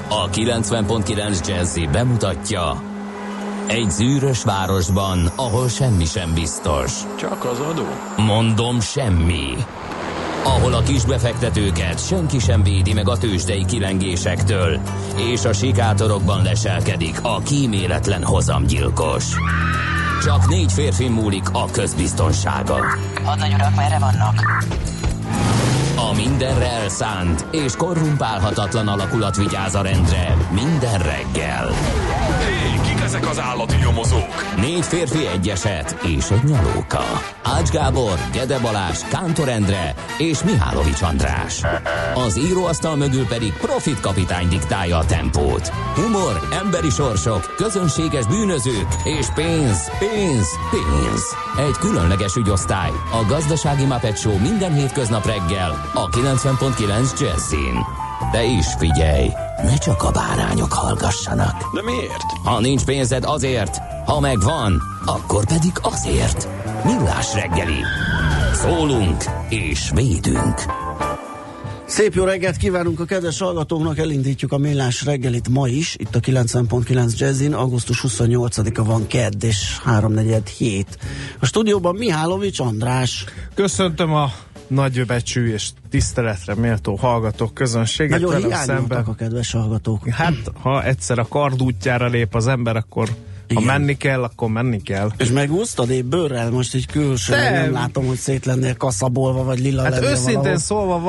A 90.9 Jazzy bemutatja: egy zűrös városban, ahol semmi sem biztos. Csak az adó? Mondom, semmi. Ahol a kisbefektetőket senki sem védi meg a tőzsdei kilengésektől, és a sikátorokban leselkedik a kíméletlen hozamgyilkos. Csak 4 férfi múlik a közbiztonsága. Hadnagy urak, merre vannak? A mindenre elszánt és korrumpálhatatlan alakulat vigyáz a rendre minden reggel. Hé, kik ezek az állati nyomozók? 4 férfi, egy eset és egy nyalóka. Ács Gábor, Gede Balázs, Kántor Endre és Mihálovics András. Az íróasztal mögül pedig Profit kapitány diktálja a tempót. Humor, emberi sorsok, közönséges bűnözők és pénz, pénz, pénz. Egy különleges ügyosztály, a Gazdasági Muppet Show minden hétköznap reggel a 90.9 Jazzin. De is figyelj, ne csak a bárányok hallgassanak. De miért? Ha nincs pénzed, azért, ha megvan, akkor pedig azért. Millás reggeli. Szólunk és védünk. Szép jó reggelt kívánunk a kedves hallgatóknak, elindítjuk a Millás reggelit ma is, itt a 90.9 Jazzin, augusztus 28-a van, kedd és 3:47. A stúdióban Mihálovics András. Köszöntöm a nagybecsű és tiszteletre méltó hallgatók közönséget. Nagyon hiányoltak a kedves hallgatók. Hát, ha egyszer a kard útjára lép az ember, akkor ha menni kell, akkor menni kell. És megúsztad épp bőrrel, most így külsően nem látom, hogy szét lennél kaszabolva, vagy lila hát lennél őszintén valahol. szólva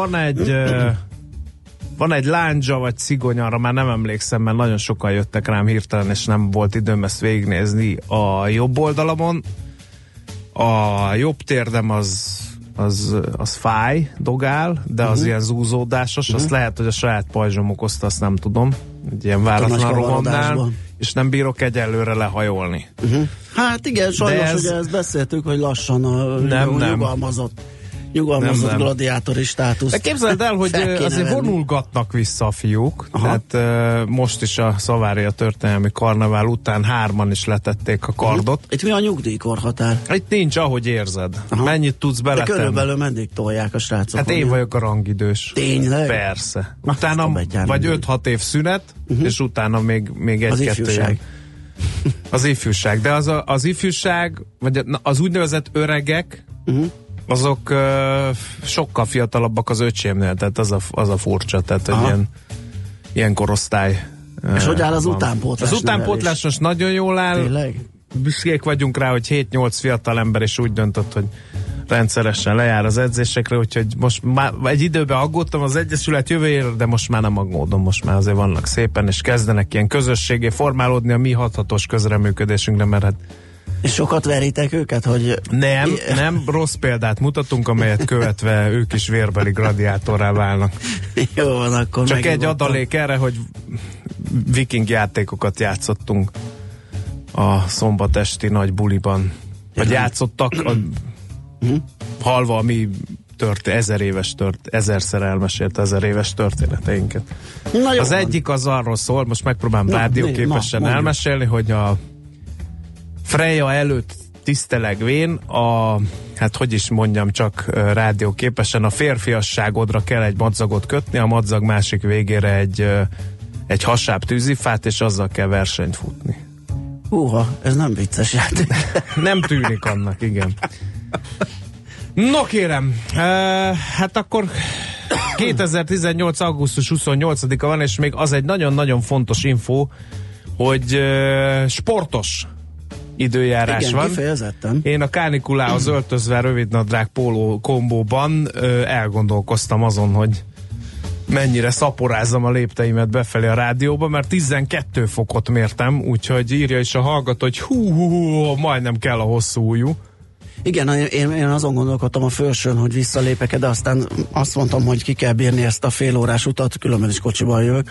van egy lándzsa vagy cigonya, arra már nem emlékszem, mert nagyon sokan jöttek rám hirtelen, és nem volt időm ezt végignézni a jobb oldalamon. A jobb térdem az fáj, dogál, de az ilyen zúzódásos, azt lehet, hogy a saját pajzsom okozta, azt nem tudom. Egy ilyen váratlan rohamnál, és nem bírok egyelőre lehajolni. Hát igen, sajnos ugye ezt beszéltük, hogy lassan a nyugalmazott gladiátori státusz. De képzeld el, hogy azért vonulgatnak vissza a fiúk. Aha. Tehát most is a Szavária történelmi karnevál után 3-an is letették a kardot. Itt mi a nyugdíjkorhatár? Itt nincs, ahogy érzed. Aha. Mennyit tudsz beletenni? De körülbelül meddig tolják a srácok? Hát én vagyok a rangidős. Tényleg? Persze. Utána vagy 5-6 év szünet, és utána még 1-2 év. Az ifjúság. De az ifjúság, vagy az úgynevezett öregek, azok sokkal fiatalabbak az öcsémnél, tehát az a furcsa, tehát hogy ilyen korosztály. És hogy áll az utánpótlás? Az utánpótlás most nagyon jól áll. Tényleg? Büszkék vagyunk rá, hogy 7-8 fiatal ember is úgy döntött, hogy rendszeresen lejár az edzésekre, úgyhogy most már egy időben aggódtam az Egyesület jövőjére, de most már nem aggódom, most már azért vannak szépen, és kezdenek ilyen közösségé formálódni a mi hathatós közreműködésünkre, mert hát és sokat veritek őket, hogy... Nem, rossz példát mutatunk, amelyet követve ők is vérbeli gladiátorrá válnak. Jó van, akkor csak egy adalék erre, hogy viking játékokat játszottunk a szombat esti nagy buliban. Vagy játszottak halva a mi 1000-szer elmesélt 1000 éves történeteinket. Az egyik az arról szól, most megpróbálom rádióképesen elmesélni, hogy a Freja előtt tisztelegvén hát hogy is mondjam, csak rádióképesen, a férfiasságodra kell egy madzagot kötni, a madzag másik végére egy hasább tűzifát, és azzal kell versenyt futni. Húha, ez nem vicces játék. Nem tűnik annak, igen. No kérem, hát akkor 2018. augusztus 28-a van, és még az egy nagyon-nagyon fontos info, hogy sportos időjárás igen, van. Kifejezetten. Én a kánikulához öltözve rövidnadrág póló kombóban elgondolkoztam azon, hogy mennyire szaporázzam a lépteimet befelé a rádióba, mert 12 fokot mértem, úgyhogy írja is a hallgató, hogy hú, majdnem kell a hosszú ujjú. Igen, én azon gondolkodtam a felsőn, hogy visszalépek, de aztán azt mondtam, hogy ki kell bírni ezt a fél órás utat, különben is kocsiban jövök.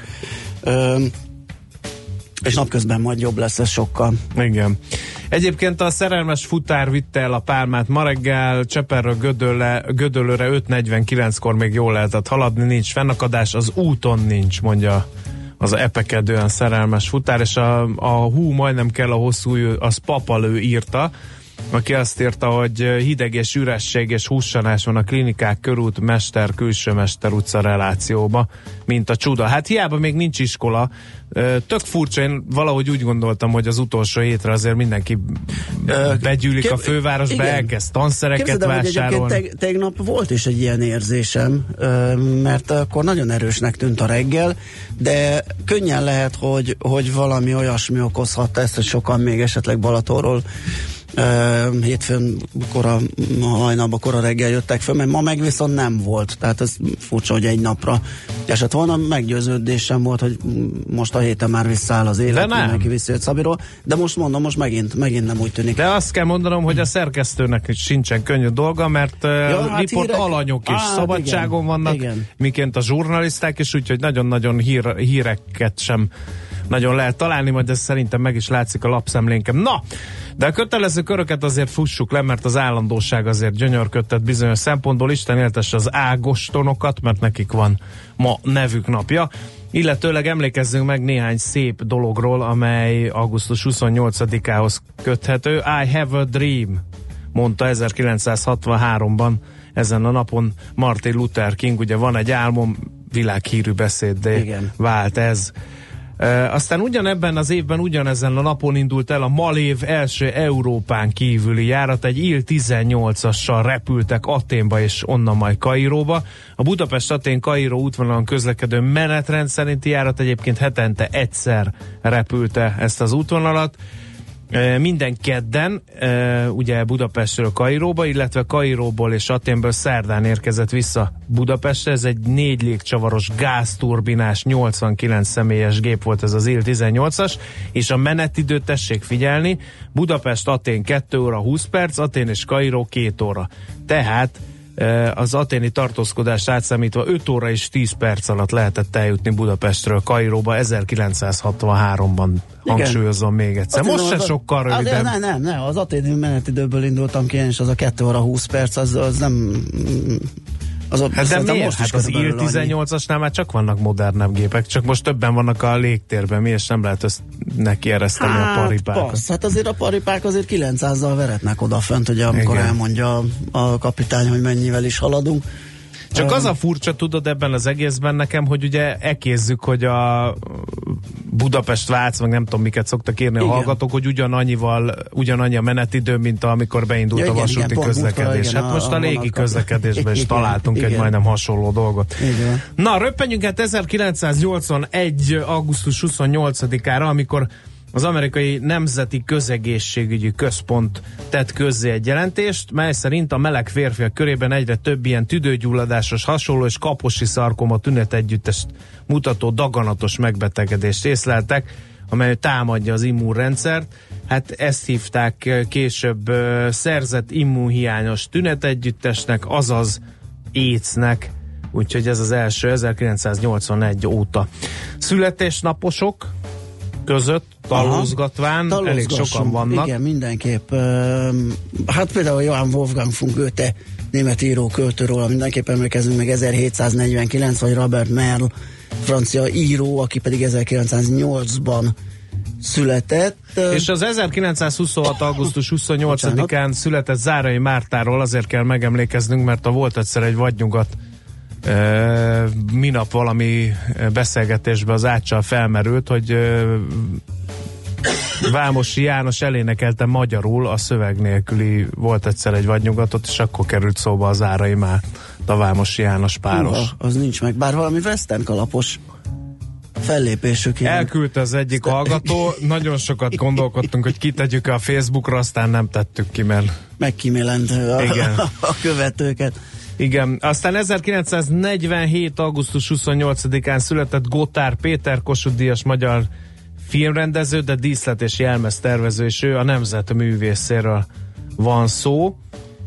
És napközben majd jobb lesz ez sokkal. Igen. Egyébként a szerelmes futár vitte el a pálmát ma reggel, Cseperről Gödöllőre 5:49-kor még jól lehetett haladni, nincs fennakadás, az úton nincs, mondja az epekedően szerelmes futár, és a hú, majdnem kell a hosszú, az Papalő írta, aki azt írta, hogy hideg és üresség és hússanás van a klinikák körút mester, külső mester utca relációba, mint a csuda. Hát hiába még nincs iskola. Tök furcsa, én valahogy úgy gondoltam, hogy az utolsó hétre azért mindenki begyűlik a fővárosba, elkezd tanszereket vásárolni. Tegnap volt is egy ilyen érzésem, mert akkor nagyon erősnek tűnt a reggel, de könnyen lehet, hogy valami olyasmi okozhatta ezt, hogy sokan még esetleg Balatonról hétfőn hajnalba kora reggel jöttek föl, mert ma meg viszont nem volt, tehát ez furcsa, hogy egy napra esett volna. Meggyőződésem volt, hogy most a héten már visszaáll az élet, mindenki visszajött Szabiról, de most mondom, most megint nem úgy tűnik. De azt kell mondanom, hogy a szerkesztőnek sincsen könnyű dolga, mert riport alanyok is szabadságon vannak, miként a zsurnaliszták is, úgyhogy nagyon-nagyon híreket sem nagyon lehet találni, majd ez szerintem meg is látszik a lapszemlénkem. Na, de a kötelező köröket azért fussuk le, mert az állandóság azért gyönyörködtet bizonyos szempontból. Isten éltesse az ágostonokat, mert nekik van ma nevük napja. Illetőleg emlékezzünk meg néhány szép dologról, amely augusztus 28-ához köthető. I have a dream, mondta 1963-ban ezen a napon Martin Luther King. Ugye van egy álmom, világhírű beszéddé vált ez. Aztán ugyanebben az évben, ugyanezen a napon indult el a Malév első Európán kívüli járat, egy Il-18-assal repültek Athénba és onnan majd Kairóba. A Budapest-Atén-Kairó útvonalon közlekedő menetrend szerinti járat egyébként hetente egyszer repülte ezt az útvonalat. Minden kedden, ugye Budapestről Kairóba, illetve Kairóból és Athénből szerdán érkezett vissza Budapestre. Ez egy 4 légcsavaros gázturbinás 89 személyes gép volt, ez az Il-18-as, és a menetidőt tessék figyelni, Budapest-Atén 2 óra 20 perc, Atén és Kairó 2 óra. Tehát az aténi tartózkodást átszámítva 5 óra és 10 perc alatt lehetett eljutni Budapestről Kairóba 1963-ban. Hangsúlyozom még egyszer. Most se sokkal rövidebb. Nem, az aténi menetidőből indultam ki, és az a 2 óra 20 perc, az nem... De miért? Most hát az Il-18-asnál már csak vannak modernebb gépek, csak most többen vannak a légtérben, miért nem lehet ezt neki ereszteni a paripákat? Hát azért a paripák azért 900-zal veretnek odafent, ugye, amikor elmondja a kapitány, hogy mennyivel is haladunk. Csak az a furcsa, tudod, ebben az egészben nekem, hogy ugye ekézzük, hogy a Budapest-Vác, meg nem tudom miket szoktak írni a hallgatók, hogy ugyanannyi a menetidő, mint amikor beindult a vasúti közlekedés. Hát most a légi közlekedésben is találtunk egy majdnem hasonló dolgot. Igen. Na, röppenjünk hát 1981. augusztus 28-ára, amikor az amerikai Nemzeti Közegészségügyi Központ tett közzé egy jelentést, mely szerint a meleg férfiak körében egyre több ilyen tüdőgyulladásos, hasonló és kaposi szarkoma tünetegyüttest mutató daganatos megbetegedést észleltek, amely támadja az immunrendszert. Hát ezt hívták később szerzett immunhiányos tünetegyüttesnek, azaz AIDS-nek, úgyhogy ez az első 1981 óta. Születésnaposok között talózgatván elég sokan vannak. Igen, mindenképp. Hát például Johann Wolfgang von Goethe, német író, költőről mindenképpen emlékezünk meg 1749, vagy Robert Merle, francia író, aki pedig 1908-ban született. És az 1926. augusztus 28-án született Zárai Mártáról azért kell megemlékeznünk, mert volt egyszer egy vadnyugat minap valami beszélgetésben az Áccsal felmerült, hogy Vámosi János elénekelte magyarul a szöveg nélküli Volt egyszer egy vadnyugatot, és akkor került szóba a Zárai Márta, a Vámosi János páros. Az nincs meg, bár valami western kalapos fellépésük. Elküldte az egyik hallgató, nagyon sokat gondolkodtunk, hogy kitegyük a Facebookra, aztán nem tettük ki, mert megkímélent a követőket. Igen, aztán 1947. augusztus 28-án született Gotthárd Péter, Kossuth-díjas magyar filmrendező, de díszlet és jelmez tervező, és ő a nemzetművészéről van szó.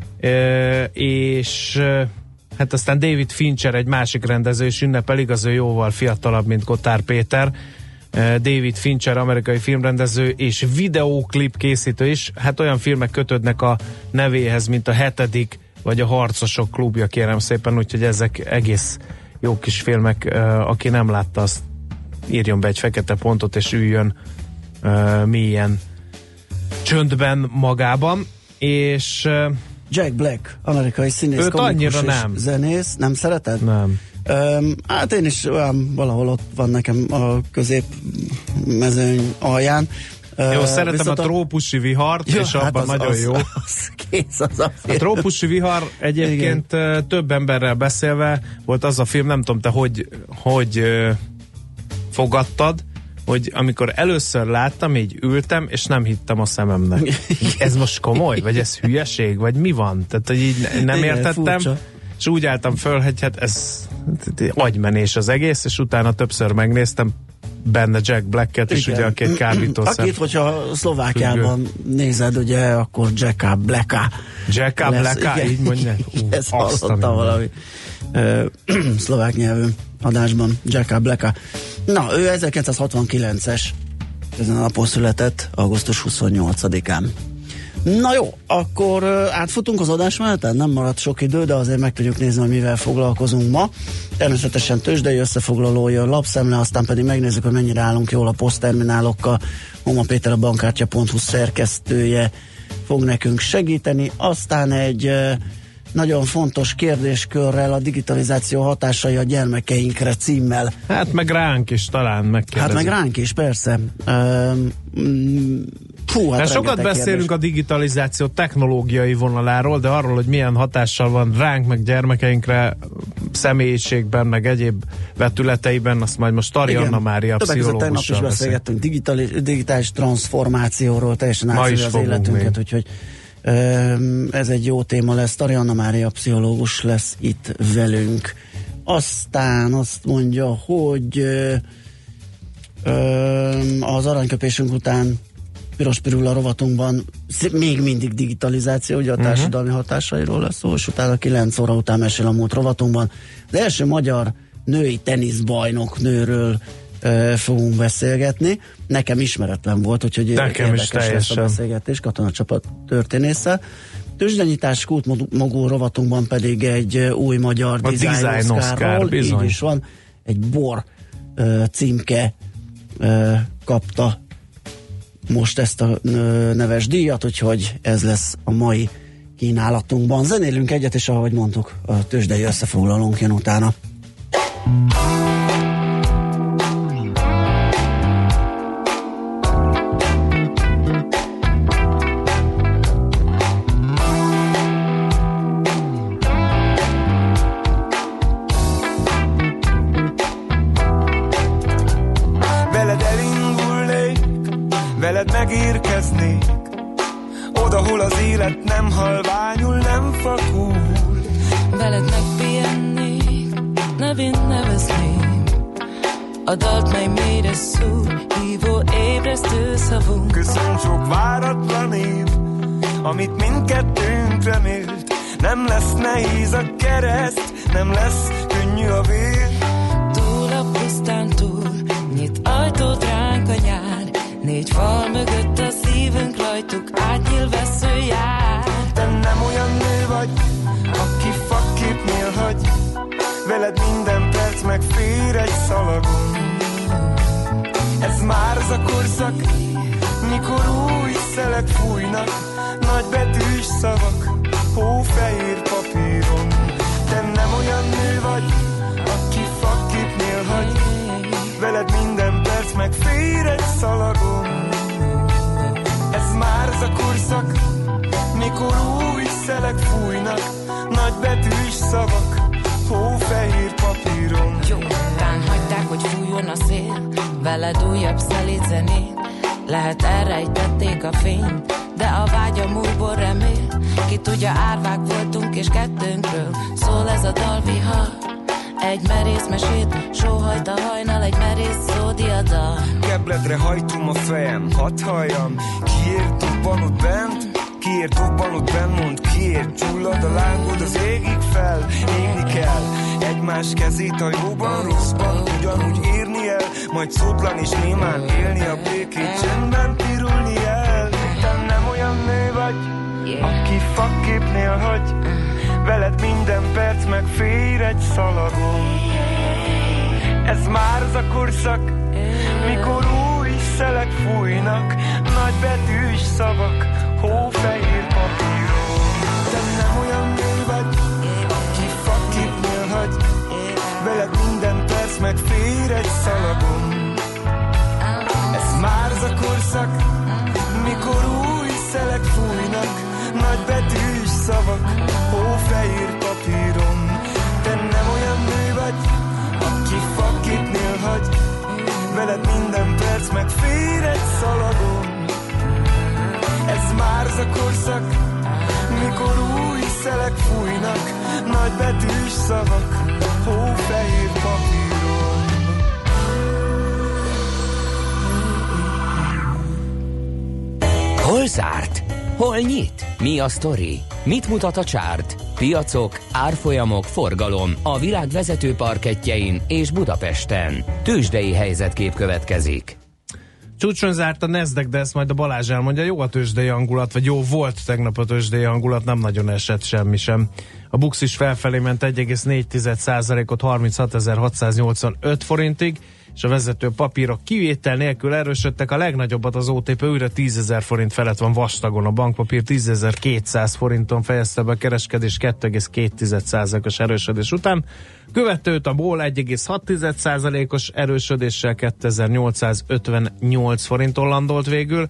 És hát aztán David Fincher, egy másik rendező, és ünnepel, igaz, ő jóval fiatalabb, mint Gotthárd Péter. David Fincher, amerikai filmrendező és videóklip készítő is. Hát olyan filmek kötődnek a nevéhez, mint a 7. vagy a Harcosok klubja, kérem szépen, úgyhogy ezek egész jó kis filmek. Aki nem látta, azt írjon be egy fekete pontot, és üljön mélyen csöndben magában. és Jack Black, amerikai színész, komikus és zenész. Nem szereted? Nem. Hát én is valahol ott van nekem a középmezőny alján. Jó, szeretem a trópusi vihart, és abban nagyon jó. A trópusi vihar egyébként több emberrel beszélve volt az a film, nem tudom te hogy fogadtad, hogy amikor először láttam, így ültem, és nem hittem a szememnek. Ez most komoly? Vagy ez hülyeség? Vagy mi van? Tehát, hogy így nem értettem. Furcsa. És úgy álltam föl, hogy hát ez agymenés az egész, és utána többször megnéztem benne Jack Blacket, és ugye a két kábítószer. Akit, hogyha Szlovákiában nézed, ugye, akkor Jacka Blacka. Jacka Blacka, így mondja. Ezt hallottam valami szlovák nyelvű adásban, Jacka Blacka. Na, ő 1969-es, ezen a napon született, augusztus 28-án. Na jó, akkor átfutunk az adásmeneten, nem maradt sok idő, de azért meg tudjuk nézni, hogy mivel foglalkozunk ma. Természetesen tőzsdei összefoglaló jön, lapszemle, aztán pedig megnézzük, hogy mennyire állunk jól a posztterminálokkal. Homa Péter, a bankkártya.hu szerkesztője fog nekünk segíteni. Aztán egy nagyon fontos kérdéskörrel, a digitalizáció hatásai a gyermekeinkre címmel. Hát meg ránk is talán megkérdezik. Hát meg ránk is, persze. Hát sokat beszélünk a digitalizáció technológiai vonaláról, de arról, hogy milyen hatással van ránk, meg gyermekeinkre, személyiségben, meg egyéb vetületeiben, azt majd most Anna Mária pszichológussal tegnap is beszélgettünk digitális transformációról, teljesen átszívja az életünket, úgyhogy ez egy jó téma lesz. Anna Mária pszichológus lesz itt velünk. Aztán azt mondja, hogy az aranyköpésünk után Piros Pirula rovatunkban még mindig digitalizáció, ugye a társadalmi hatásairól lesz szó, és utána 9 óra után mesél a múlt rovatunkban. Az első magyar női teniszbajnok nőről fogunk beszélgetni. Nekem ismeretlen volt, úgyhogy érdekes lesz a beszélgetés katonacsapat történésszel. Tőzsdenyítás kultmogul rovatunkban pedig egy új magyar design Oscarról, így is van, egy bor címke kapta most ezt a neves díjat, úgyhogy ez lesz a mai kínálatunkban. Zenélünk egyet, és ahogy mondtuk, a tőzsdei összefoglalónk jön utána. Veled megérkeznék oda, hol az élet nem halványul, nem fakul. Veled megpihennék, nevén nevezném a dalt, mely mélyre szúr, hívó ébresztő szavunk. Köszönj sok váratlan év, amit mindkettőnk remélt. Nem lesz nehéz a kereszt, nem lesz könnyű a vér. Túl a pusztán túl, nyit ajtót ránk a nyár. 4 fal mögött a szívünk rajtuk átnyíl vesző jár. Te nem olyan nő vagy, aki fakképnél hagy. Veled minden perc megfér egy szalagon. Ez már az a korszak, mikor új szelek fújnak, nagybetűs szavak hófehér papíron. Te nem olyan nő vagy, aki fakképnél hagy. Veled minden perc megfér egy szalagon. Ez már az a korszak, mikor új szelek fújnak, nagybetűs szavak hófehér papíron. Jó, tán hagyták, hogy fújjon a szél, veled újabb szelíd zenét. Lehet elrejtették a fényt, de a vágyam újból remél. Ki tudja, árvák voltunk és kettőnkről szól ez a dalvihar. Egy merész mesét, sóhajt a hajnal, egy merész szódiadal. Kebledre hajtom a fejem, hadd halljam. Kiért dobban ott bent? Kiért dobban ott bent? Mondd, kiért gyullad a lángod az égig fel? Égni kell egymás kezét a jóban, rosszban, ugyanúgy érni el, majd szótlan és némán élni a békét, csendben pirulni el. Te nem olyan nő vagy, aki fakképnél hagy. Veled minden perc megfér egy szalagon. Ez már az a korszak, mikor új szelek fújnak, nagybetűs szavak hófehér papíron. Te nem olyan nő vagy, aki fakitnél hagy, veled minden perc megfér egy szalagon. Ez már az a korszak, mikor új szelek fújnak, nagybetűs szavak hófehér papíron. Te nem olyan nő vagy, aki fakitnél hagy, veled minden perc megfér egy szalagon. Ez már az a korszak, mikor új szelek fújnak, nagybetűs szavak hófehér papíron. Hol zárt? Hol nyit? Mi a sztori? Mit mutat a csárt? Piacok, árfolyamok, forgalom a világ vezető parkettjein és Budapesten. Tőzsdei helyzetkép következik. Csúcson zárt a Nasdaq, de ezt majd a Balázs elmondja. Jó a tőzsdei hangulat, vagy jó volt tegnap a tőzsdei hangulat, nem nagyon esett semmi sem. A Bux is felfelé ment 1,4%-ot 36.685 forintig, és a vezető papírok kivétel nélkül erősödtek. A legnagyobbat az OTP újra 10.000 forint felett van vastagon. A bankpapír 10.200 forinton fejezte be a kereskedés 2,2%-os erősödés után. Követőt a MOL 1,6%-os erősödéssel 2858 forinton landolt végül.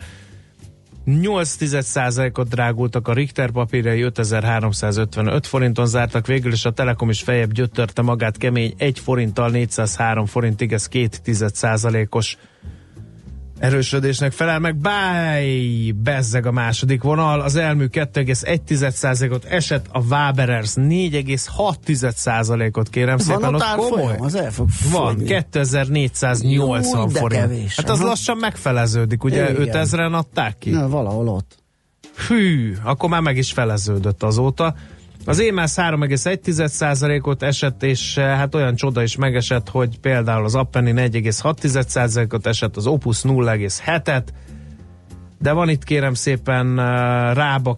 8%-ot drágultak a Richter papírjai, 5355 forinton zártak végül, és a Telekom is feljebb gyötörte magát kemény 1 forinttal 403 forintig, ez 2%-os erősödésnek felel meg. Bezzeg a második vonal, az Elmű 2,1%-ot esett, a Waberers 4,6%-ot, kérem szépen, van ott komoly. Az el fog van, 2480 forint. Kevés, hát az lassan megfeleződik, ugye 5000-en adták ki? Na, valahol ott. Hű, akkor már meg is feleződött azóta. Az EMAS 3,1%-ot esett, és hát olyan csoda is megesett, hogy például az Appenin 1,6%-ot esett, az Opus 0,7-et, de van itt kérem szépen Rába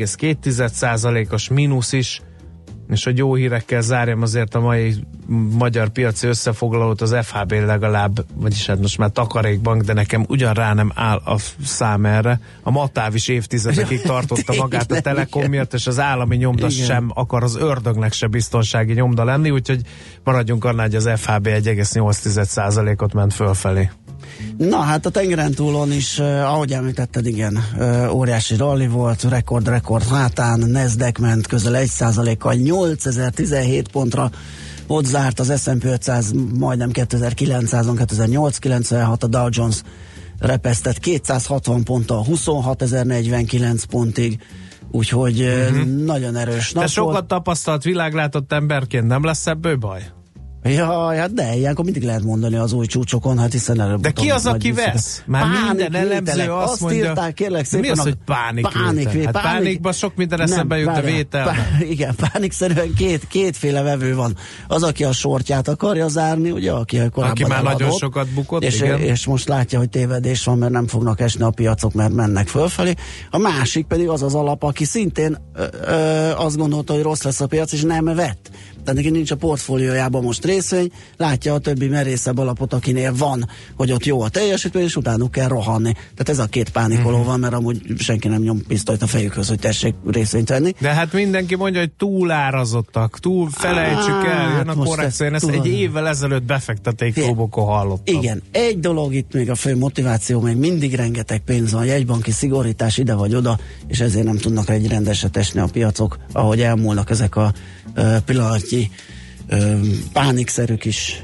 2,2%-os mínusz is, és hogy jó hírekkel zárjam azért a mai magyar piaci összefoglalót, az FHB legalább, vagyis hát most már takarékbank, de nekem ugyan rá nem áll a szám erre. A Matáv is évtizedekig tartotta magát a Telekom miatt, és az állami nyomda sem akar az ördögnek se biztonsági nyomda lenni, úgyhogy maradjunk annál, hogy az FHB 1,8%-ot ment fölfelé. Na hát a tengeren túlon is, ahogy említetted, igen, óriási rally volt, rekord hátán, Nasdaq ment közel 1%-kal, 8017 pontra, ott zárt az S&P 500 majdnem 2900-on, 2896, a Dow Jones repesztett 260 ponttal, 26049 pontig, úgyhogy nagyon erős nap. Te sokat tapasztalt, világlátott emberként, nem lesz ebből baj? Ja, hát de ilyenkor mindig lehet mondani az új csúcsokon, hát hiszen előbb. De ki az, aki vesz? Már minden elemző azt mondja, írták, kérlek szépen, mi az, hogy pánikvétel? Hát pánikban sok minden eszembe jut a vétel. Igen, pánikszerűen kétféle vevő van. Az, aki a sortját akarja zárni, ugye, aki korábban már eladott, nagyon sokat bukott, és most látja, hogy tévedés van, mert nem fognak esni a piacok, mert mennek fölfelé. A másik pedig az az alap, aki szintén azt gondolta, hogy rossz lesz a piac, és nem vett. Tehát neki nincs a portfóliójában most részvény, látja a többi merészebb alapot, akinél van, hogy ott jó a teljesítmény, és utánuk kell rohanni. Tehát ez a két pánikoló van, mert amúgy senki nem nyom pisztolyt a fejükhöz, hogy tessék részvényt venni. De hát mindenki mondja, hogy túlárazottak, felejtsük el, jön a korrekció. Én ezt egy évvel ezelőtt befektették klubokon hallottam. Igen, egy dolog itt még a fő motiváció, még mindig rengeteg pénz van, jegybanki szigorítás ide vagy oda, és ezért nem tudnak egy rendeset esni a piacok, ahogy elmúlnak ezek a pillanatnyi pánikszerű kis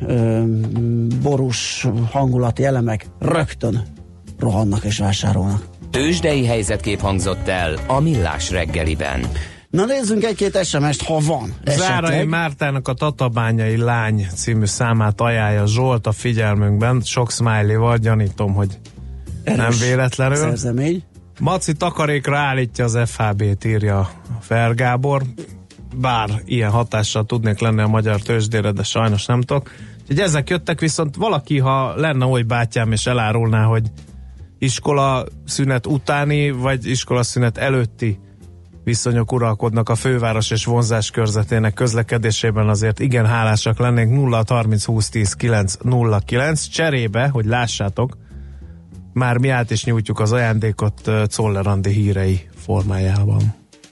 borús hangulati elemek, rögtön rohannak és vásárolnak. Tőzsdei helyzetkép hangzott el a Millás reggeliben. Na nézzünk egy-két SMS-t, ha van. Zárai Mártának a Tatabányai Lány című számát ajánlja Zsolt a figyelmünkben, sok smiley-val, gyanítom, hogy nem véletlenül. Szerzemény. Maci takarékra állítja az FHB-t, írja Fer Gábor. Bár ilyen hatással tudnék lenni a magyar tőzsdére, de sajnos nem tudok. Úgyhogy ezek jöttek, viszont valaki, ha lenne oly bátyám és elárulná, hogy iskola szünet utáni, vagy iskola szünet előtti viszonyok uralkodnak a főváros és vonzás körzetének közlekedésében, azért igen hálásak lennénk. 0-30-20-10-9-09 cserébe, hogy lássátok, már mi át is nyújtjuk az ajándékot Czoller Andi hírei formájában.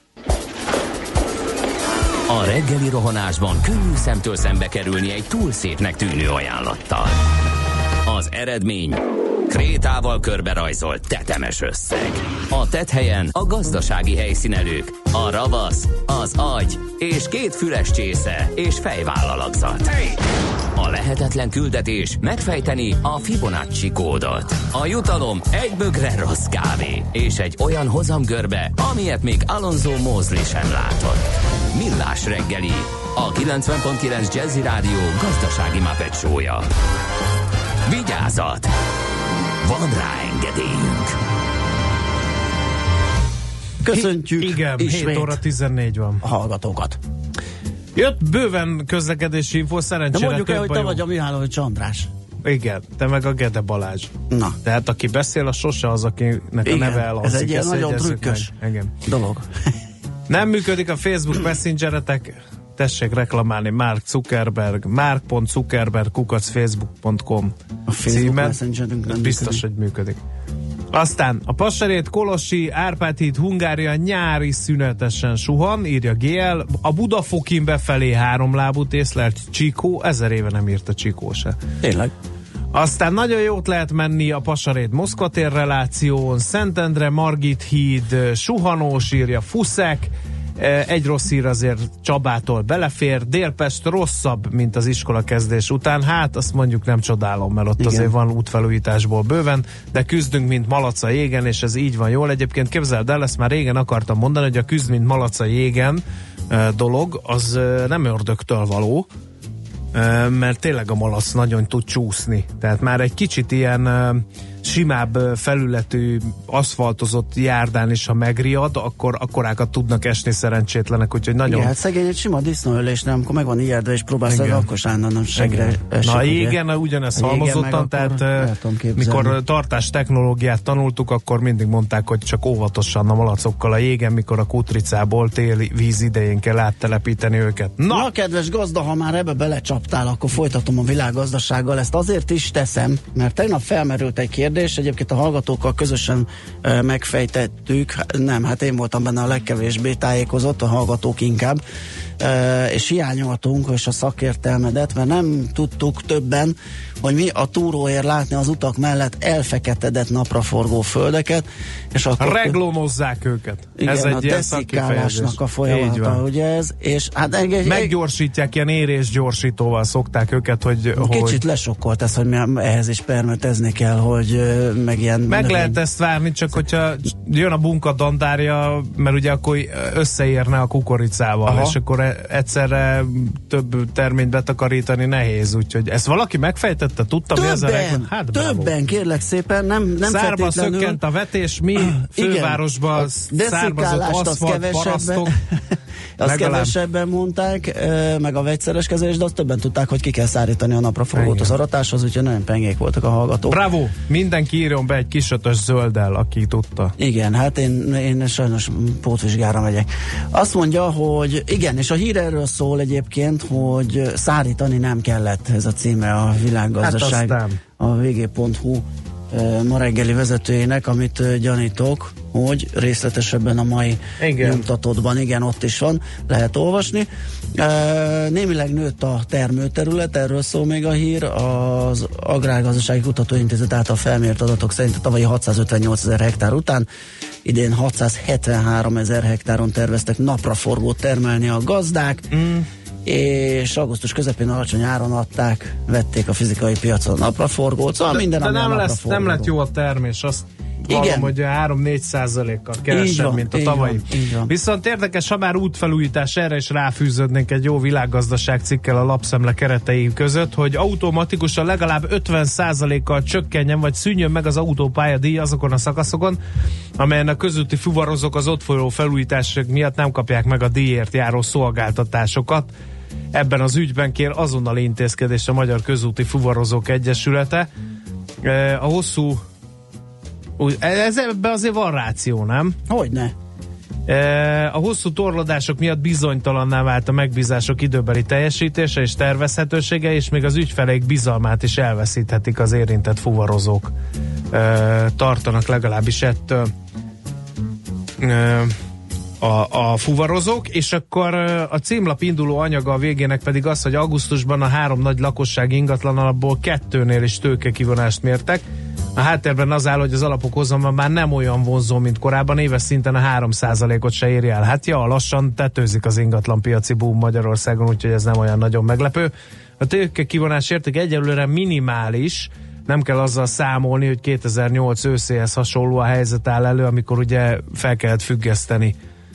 A reggeli rohanásban könnyű szemtől szembe kerülni egy túl szépnek tűnő ajánlattal. Az eredmény krétával körberajzolt tetemes összeg. A tetthelyen a gazdasági helyszínelők, a ravasz, az agy és 2 füles csésze és fejvállalakzat. A lehetetlen küldetés megfejteni a Fibonacci kódot. A jutalom egy bögre rossz kávé és egy olyan hozamgörbe, amilyet még Alonso Mosley sem látott. Millás reggeli, a 90.9 Jazzy Rádió gazdasági Muppet show-ja. Vigyázat! Van rá engedélyünk. Köszöntjük. Igen, 7 óra 14 van. A hallgatókat. Jött bőven közlekedési info, szerencsére. De mondjuk el, hogy te vagy a Mihálovics András. Igen, te meg a Gede Balázs. Na. Tehát aki beszél, az sose az, akinek a neve elhangzik. Ez egy ilyen nagyon trükkös dolog. Nem működik a Facebook Messengeretek, tessék reklamálni Mark Zuckerberg, mark.zuckerberg@facebook.com címen. Biztos, hogy működik. Aztán a Passerét, Kolossi, Árpád híd, Hungária nyári szünetesen suhan, írja GL. A Budafokin befelé 3 lábút észlelt Csikó, 1000 éve nem írta Csikó se. Tényleg. Aztán nagyon jót lehet menni a Passerét Moszkva tér reláción, Szentendre, Margit híd, suhanós, írja Fuszek. Egy rossz hír azért Csabától belefér, Délpest rosszabb, mint az iskola kezdés után, hát azt mondjuk nem csodálom, mert ott azért van útfelújításból bőven, de küzdünk, mint malac a jégen, és ez így van jól. Egyébként képzeld el, ezt már régen akartam mondani, hogy a küzd, mint malac a jégen dolog, az nem ördögtől való, mert tényleg a malac nagyon tud csúszni. Tehát már egy kicsit ilyen simább felületű, aszfaltozott járdán is, ha megriad, akkor akkorákat tudnak esni szerencsétlenek, úgyhogy nagyon... Igen, hát szegény egy sima disznóölésnél, amikor meg van ijedve és próbálsz el, akkor sajnálom segre esik. Na, igen, ugyanez halmozottan, tehát mikor tartás technológiát tanultuk, akkor mindig mondták, hogy csak óvatosan a malacokkal a jégen, mikor a kutricából téli víz idején kell áttelepíteni őket. Na, kedves gazda, ha már ebbe belecsaptál, akkor folytatom a világgazdasággal. Ezt azért is teszem, mert tegnap felmerült egy kérdés, egyébként a hallgatókkal közösen megfejtettük, nem, hát én voltam benne a legkevésbé tájékozott, a hallgatók inkább, és hiányoltunk, és a szakértelmedet, mert nem tudtuk többen, hogy mi a túróért látni az utak mellett elfeketedett napraforgó földeket, és akkor reglónozzák őket. Igen, ez egy a deszikálásnak a folyamata, ugye ez, és hát meggyorsítják, ilyen érésgyorsítóval szokták őket, hogy... Kicsit lesokkolt ez, hogy ehhez is permetezni kell, hogy meg ilyen... Meg lehet ezt várni, csak hogyha jön a bunkadandárja, mert ugye akkor összeérne a kukoricával, aha, és akkor egyszerre több terményt betakarítani nehéz, úgyhogy ezt valaki megfejtette, tudta, mi az a hát többen, kérlek szépen, nem szárba feltétlenül. Szökkent a vetés, mi fővárosban szárbazott aszfalt parasztok. Azt kevesebben mondták, meg a vegyszeres kezelés, de azt többen tudták, hogy ki kell szárítani a napraforgót az aratáshoz, úgyhogy nagyon pengék voltak a hallgatók. Bravo! Mindenki írjon be egy kisötös zölddel, aki tudta. Igen, hát én sajnos pótvizsgára megyek. Azt mondja, hogy igen, és a hír erről szól egyébként, hogy szárítani nem kellett, ez a címe a világgazdaság, hát a vg.hu ma reggeli vezetőjének, amit gyanítok, hogy részletesebben a mai nyomtatódban, igen, ott is van, lehet olvasni. Némileg nőtt a termőterület, erről szól még a hír, az Agrárgazdasági Kutatóintézet által felmért adatok szerint a tavalyi 658 000 hektár után idén 673 000 hektáron terveztek napraforgót termelni a gazdák, és augusztus közepén alacsony áron vették a fizikai piacon a napraforgót, szóval minden, ami nem lett jó a termés, azt valami, hogy 3-4%-kal kevesebb, mint a tavalyi. Viszont érdekes, ha már útfelújítás, erre is ráfűződnénk egy jó világgazdaság cikkel a lapszemle keretei között, hogy automatikusan legalább 50%-kal csökkenjen, vagy szűnjön meg az autópályadíj azokon a szakaszokon, amelyen a közúti fuvarozók az ott folyó felújítások miatt nem kapják meg a díjért járó szolgáltatásokat. Ebben az ügyben kér azonnali intézkedést a Magyar Közúti Fuvarozók Egyesülete. A hosszú ebben azért van ráció, nem? Hogyne. A hosszú torlódások miatt bizonytalanná vált a megbízások időbeli teljesítése és tervezhetősége, és még az ügyfeleik bizalmát is elveszíthetik az érintett fuvarozók. tartanak legalábbis ettől a fuvarozók, és akkor a címlap induló anyaga a végének pedig az, hogy augusztusban a 3 nagy lakossági ingatlan alapból 2-nél is tőkekivonást mértek. A háttérben az áll, hogy az alapok azonban már nem olyan vonzó, mint korábban, éves szinten a 3%-ot se éri el. Hát ja, lassan tetőzik az ingatlanpiaci boom Magyarországon, úgyhogy ez nem olyan nagyon meglepő. A tőkekivonás érték egyelőre minimális, nem kell azzal számolni, hogy 2008 őszéhez hasonló a helyzet áll elő, amikor ugye fel kellett függeszteni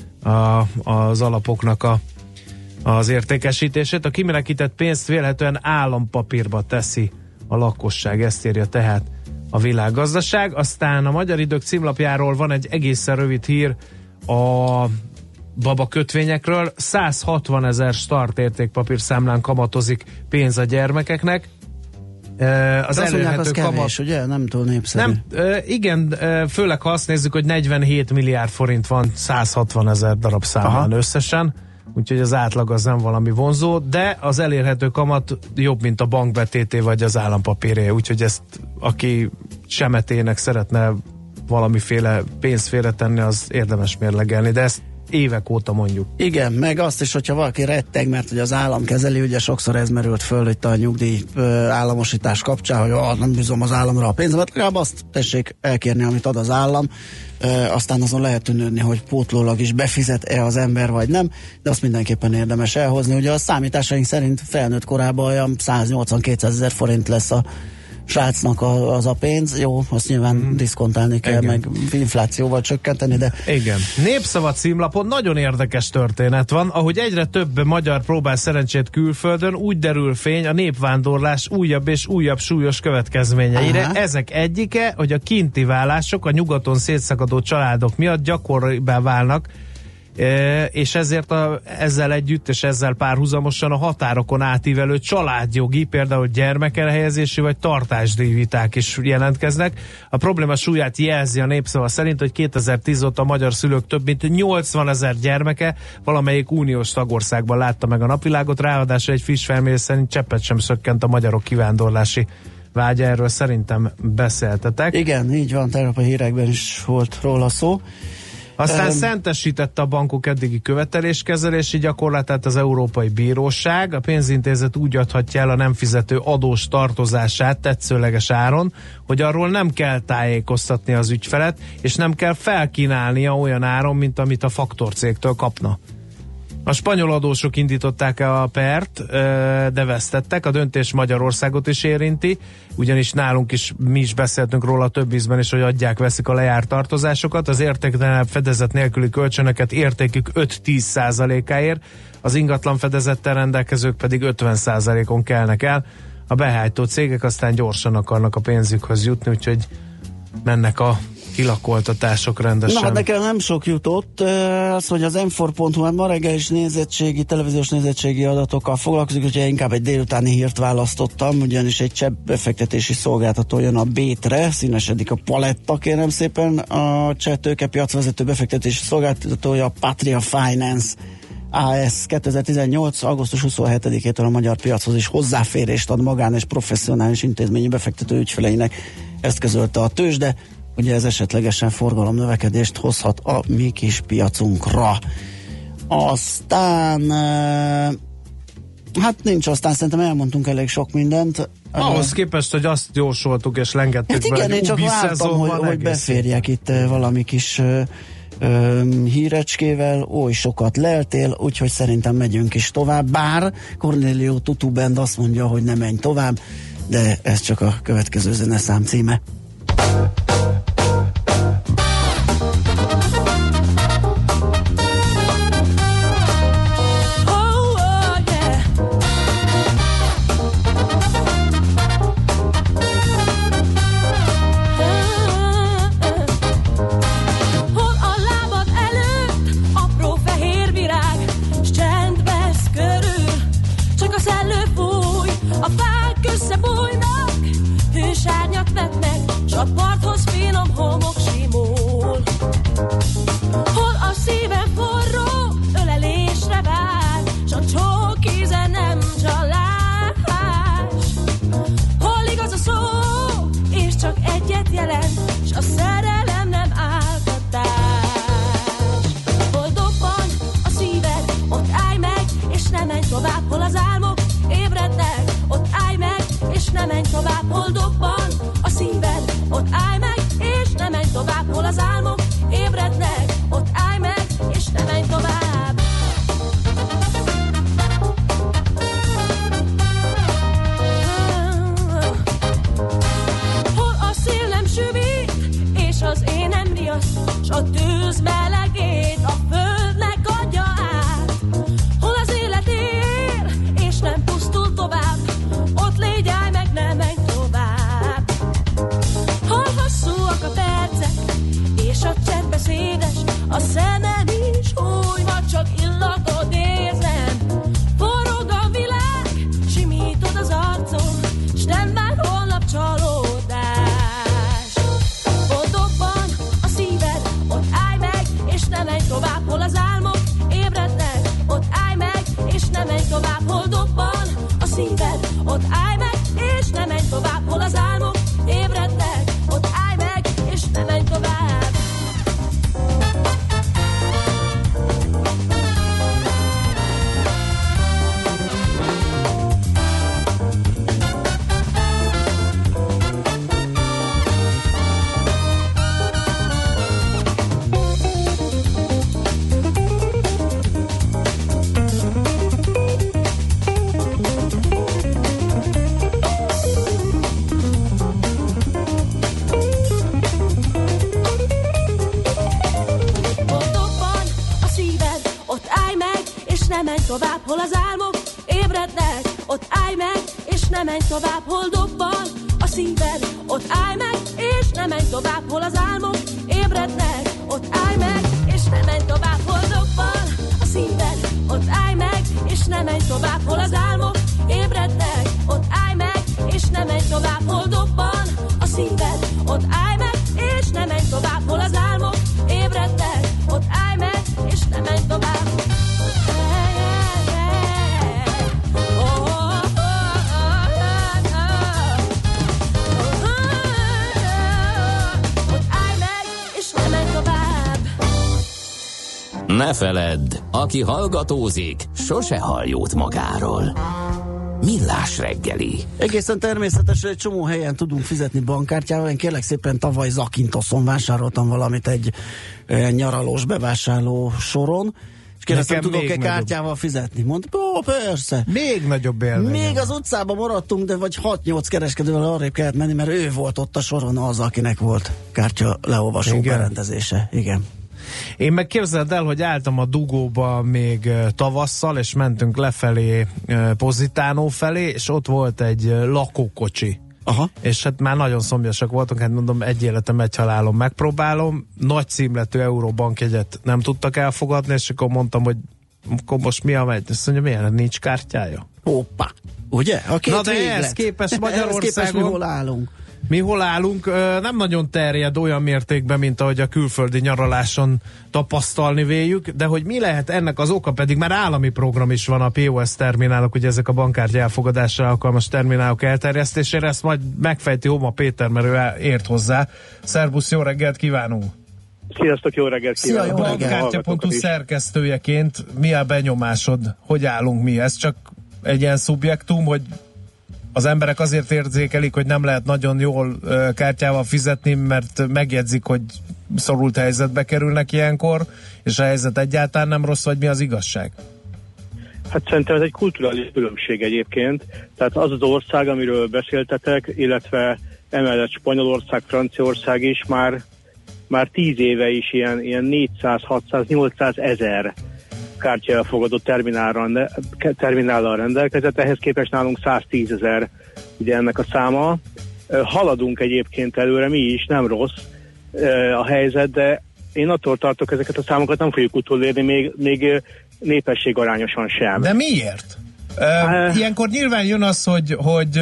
az alapoknak az értékesítését. A kimenekített pénzt vélhetően állampapírba teszi a lakosság, ezt írja tehát a Világgazdaság. Aztán a Magyar Idők címlapjáról van egy egészen rövid hír a baba kötvényekről. 160 000 start értékpapírszámlán kamatozik pénz a gyermekeknek. Az elérhető kamat, ugye? Nem túl népszerű. Igen, főleg ha azt nézzük, hogy 47 milliárd forint van 160 000 darab számlán összesen, úgyhogy az átlag az nem valami vonzó, de az elérhető kamat jobb, mint a bankbetété vagy az állampapíré, úgyhogy ezt aki semetének szeretne valamiféle pénzt félretenni, az érdemes mérlegelni, de ezt évek óta mondjuk. Igen, meg azt is, hogyha valaki retteg, mert hogy az állam kezeli, ugye sokszor ez merült föl itt a nyugdíj államosítás kapcsán, hogy nem bízom az államra a pénzemet, legalább azt tessék elkérni, amit ad az állam, aztán azon lehet tűnődni, hogy pótlólag is befizet-e az ember, vagy nem, de azt mindenképpen érdemes elhozni. Ugye a számításaink szerint felnőtt korában olyan 180-200 000 forint lesz a srácnak az a pénz, jó, azt nyilván diszkontálni kell, meg inflációval csökkenteni, de... Igen. Népszava címlapon nagyon érdekes történet van, ahogy egyre több magyar próbál szerencsét külföldön, úgy derül fény a népvándorlás újabb és újabb súlyos következményeire. Aha. Ezek egyike, hogy a kinti válások a nyugaton szétszakadó családok miatt gyakoribbá válnak, és ezért ezzel együtt és ezzel párhuzamosan a határokon átívelő családjogi, például gyermekelhelyezési vagy tartásdíjviták is jelentkeznek. A probléma súlyát jelzi a Népszava szerint, hogy 2010 óta a magyar szülők több mint 80 000 gyermeke valamelyik uniós tagországban látta meg a napvilágot, ráadásul egy friss felmérés szerint cseppet sem szökkent a magyarok kivándorlási vágya, erről szerintem beszéltetek. Igen, így van, tegnap a hírekben is volt róla szó. Aztán szentesítette a bankok eddigi követeléskezelési gyakorlatát az Európai Bíróság. A pénzintézet úgy adhatja el a nem fizető adós tartozását tetszőleges áron, hogy arról nem kell tájékoztatni az ügyfelet, és nem kell felkínálnia olyan áron, mint amit a faktorcégtől kapna. A spanyol adósok indították a pert, de vesztettek. A döntés Magyarországot is érinti, ugyanis nálunk is, mi is beszéltünk róla több ízben is, hogy adják-veszik a lejárt tartozásokat. Az értéktelenebb fedezet nélküli kölcsönöket értékük 5-10%-áért, az ingatlan fedezettel rendelkezők pedig 50%-on kelnek el. A behajtó cégek aztán gyorsan akarnak a pénzükhöz jutni, úgyhogy mennek a kilakoltatások rendesen. Na, hát nekem nem sok jutott. Az, hogy az m4.hu, hát ma reggel is televíziós nézettségi adatokkal foglalkozik, úgyhogy inkább egy délutáni hírt választottam, ugyanis egy cseh befektetési szolgáltató jön a Bétre, színesedik a paletta, kérem szépen. A cseh tőkepiacvezető befektetési szolgáltatója a Patria Finance AS 2018. augusztus 27-től a magyar piachoz is hozzáférést ad magán és professzionális intézményi befektető ügyfeleinek. Ezt közölte a tőzsde. Ugye ez esetlegesen forgalomnövekedést hozhat a mi kis piacunkra. Aztán hát nincs, aztán szerintem elmondtunk elég sok mindent. Ahhoz képest, hogy azt jósoltuk és lengettük hát igen, én csak vártam, hogy beférjek itt valami kis hírecskével, oly sokat leltél, úgyhogy szerintem megyünk is tovább, bár Cornelio Tutu Band azt mondja, hogy ne menj tovább, de ez csak a következő zeneszám címe. A parthoz finom homok simul. Hol a szívem forró, ölelésre vár, s a csók íze nem csalás. Hol igaz a szó, és csak egyet jelent, s a szerelem nem áltatás. Hol dobban a szíved, ott állj meg, és ne menj tovább, hol az álmok ébrednek, ott állj meg, és ne menj tovább, hol dobban a szíved, ott állj meg, és ne menj tovább, hol az álmok ébrednek, ott állj meg, és ne menj tovább. Hol a szél nem süvít, és az én nem riaszt, s a tűz melegét a földnek adja át. Hol az élet él, és nem pusztul tovább, ott légy, állj meg, ne menj tovább. Hol hosszúak a percek, és a csendbeszédes, a szemem is újna csak illatot érzem. Forog a világ, simítod az arcom, s nem vár holnap csalódás. Hol dobban a szíved, ott állj meg, és ne menj tovább, hol az álmok ébrednek, ott állj meg, és ne menj tovább, hol dobban a szíved, ott állj meg, és ne menj tovább, hol az álmok ébrednek, ott állj meg, és ne menj tovább. Tovább, hol az álmok ébrednek, ott állj meg, és ne menj tovább, hol dobban a szíved, ott állj meg, és ne menj tovább, hol az álmok ébrednek, ott állj meg, és ne menj tovább, hol dobban a szíved, ott állj meg, és ne menj tovább, hol az álmok ébrednek, ott állj meg, és ne menj tovább, hol dobban a szíved, ott állj meg, és ne menj tovább, hol az álmok ébrednek, ott állj meg, és ne menj tovább. Ne feledd, aki hallgatózik, sose hall jót magáról. Millás reggeli. Egészen természetesen egy csomó helyen tudunk fizetni bankkártyával. Én kérlek szépen tavaly Zakintoszon vásároltam valamit egy nyaralós bevásárló soron, és kérdeztem, tudok-e kártyával fizetni? Mondta, persze. Még nagyobb élmény. Még az utcában maradtunk, de vagy 6-8 kereskedővel arrébb kellett menni, mert ő volt ott a soron az, akinek volt kártya leolvasó berendezése. Igen. Én meg képzeld el, hogy álltam a dugóba még tavasszal, és mentünk lefelé Positánó felé, és ott volt egy lakókocsi. Aha. És hát már nagyon szomjasak voltunk, hát mondom, egy életem, egy halálom, megpróbálom. Nagy címletű euróbankjegyet nem tudtak elfogadni, és akkor mondtam, hogy akkor most mi a megy? Azt mondja, milyen, nincs kártyája? Hoppá, ugye? Na de ehhez képest Magyarországon... mi hol állunk? Mi hol állunk, nem nagyon terjed olyan mértékben, mint ahogy a külföldi nyaraláson tapasztalni véljük, de hogy mi lehet ennek az oka, pedig már állami program is van a POS terminálok, ugye ezek a bankkártya elfogadásra alkalmas terminálok elterjesztésére, ezt majd megfejti Homa Péter, mert ő ért hozzá. Szerbusz, jó reggelt kívánunk! Sziasztok, jó reggelt kívánok! Bankkártya.hu szerkesztőjeként mi a benyomásod? Hogy állunk mi? Ez csak egy ilyen szubjektum, hogy az emberek azért érzékelik, hogy nem lehet nagyon jól kártyával fizetni, mert megjegyzik, hogy szorult helyzetbe kerülnek ilyenkor, és a helyzet egyáltalán nem rossz, vagy mi az igazság? Hát szerintem ez egy kulturális különbség egyébként. Tehát az az ország, amiről beszéltetek, illetve emellett Spanyolország, Franciaország is már 10 éve is ilyen 400, 600, 800 ezer kártya elfogadott terminállal rendelkezett, ehhez képest nálunk 110 000 ugye ennek a száma. Haladunk egyébként előre, mi is, nem rossz a helyzet, de én attól tartok, ezeket a számokat nem fogjuk utolérni, még népességarányosan sem. De miért? Ilyenkor nyilván jön az, hogy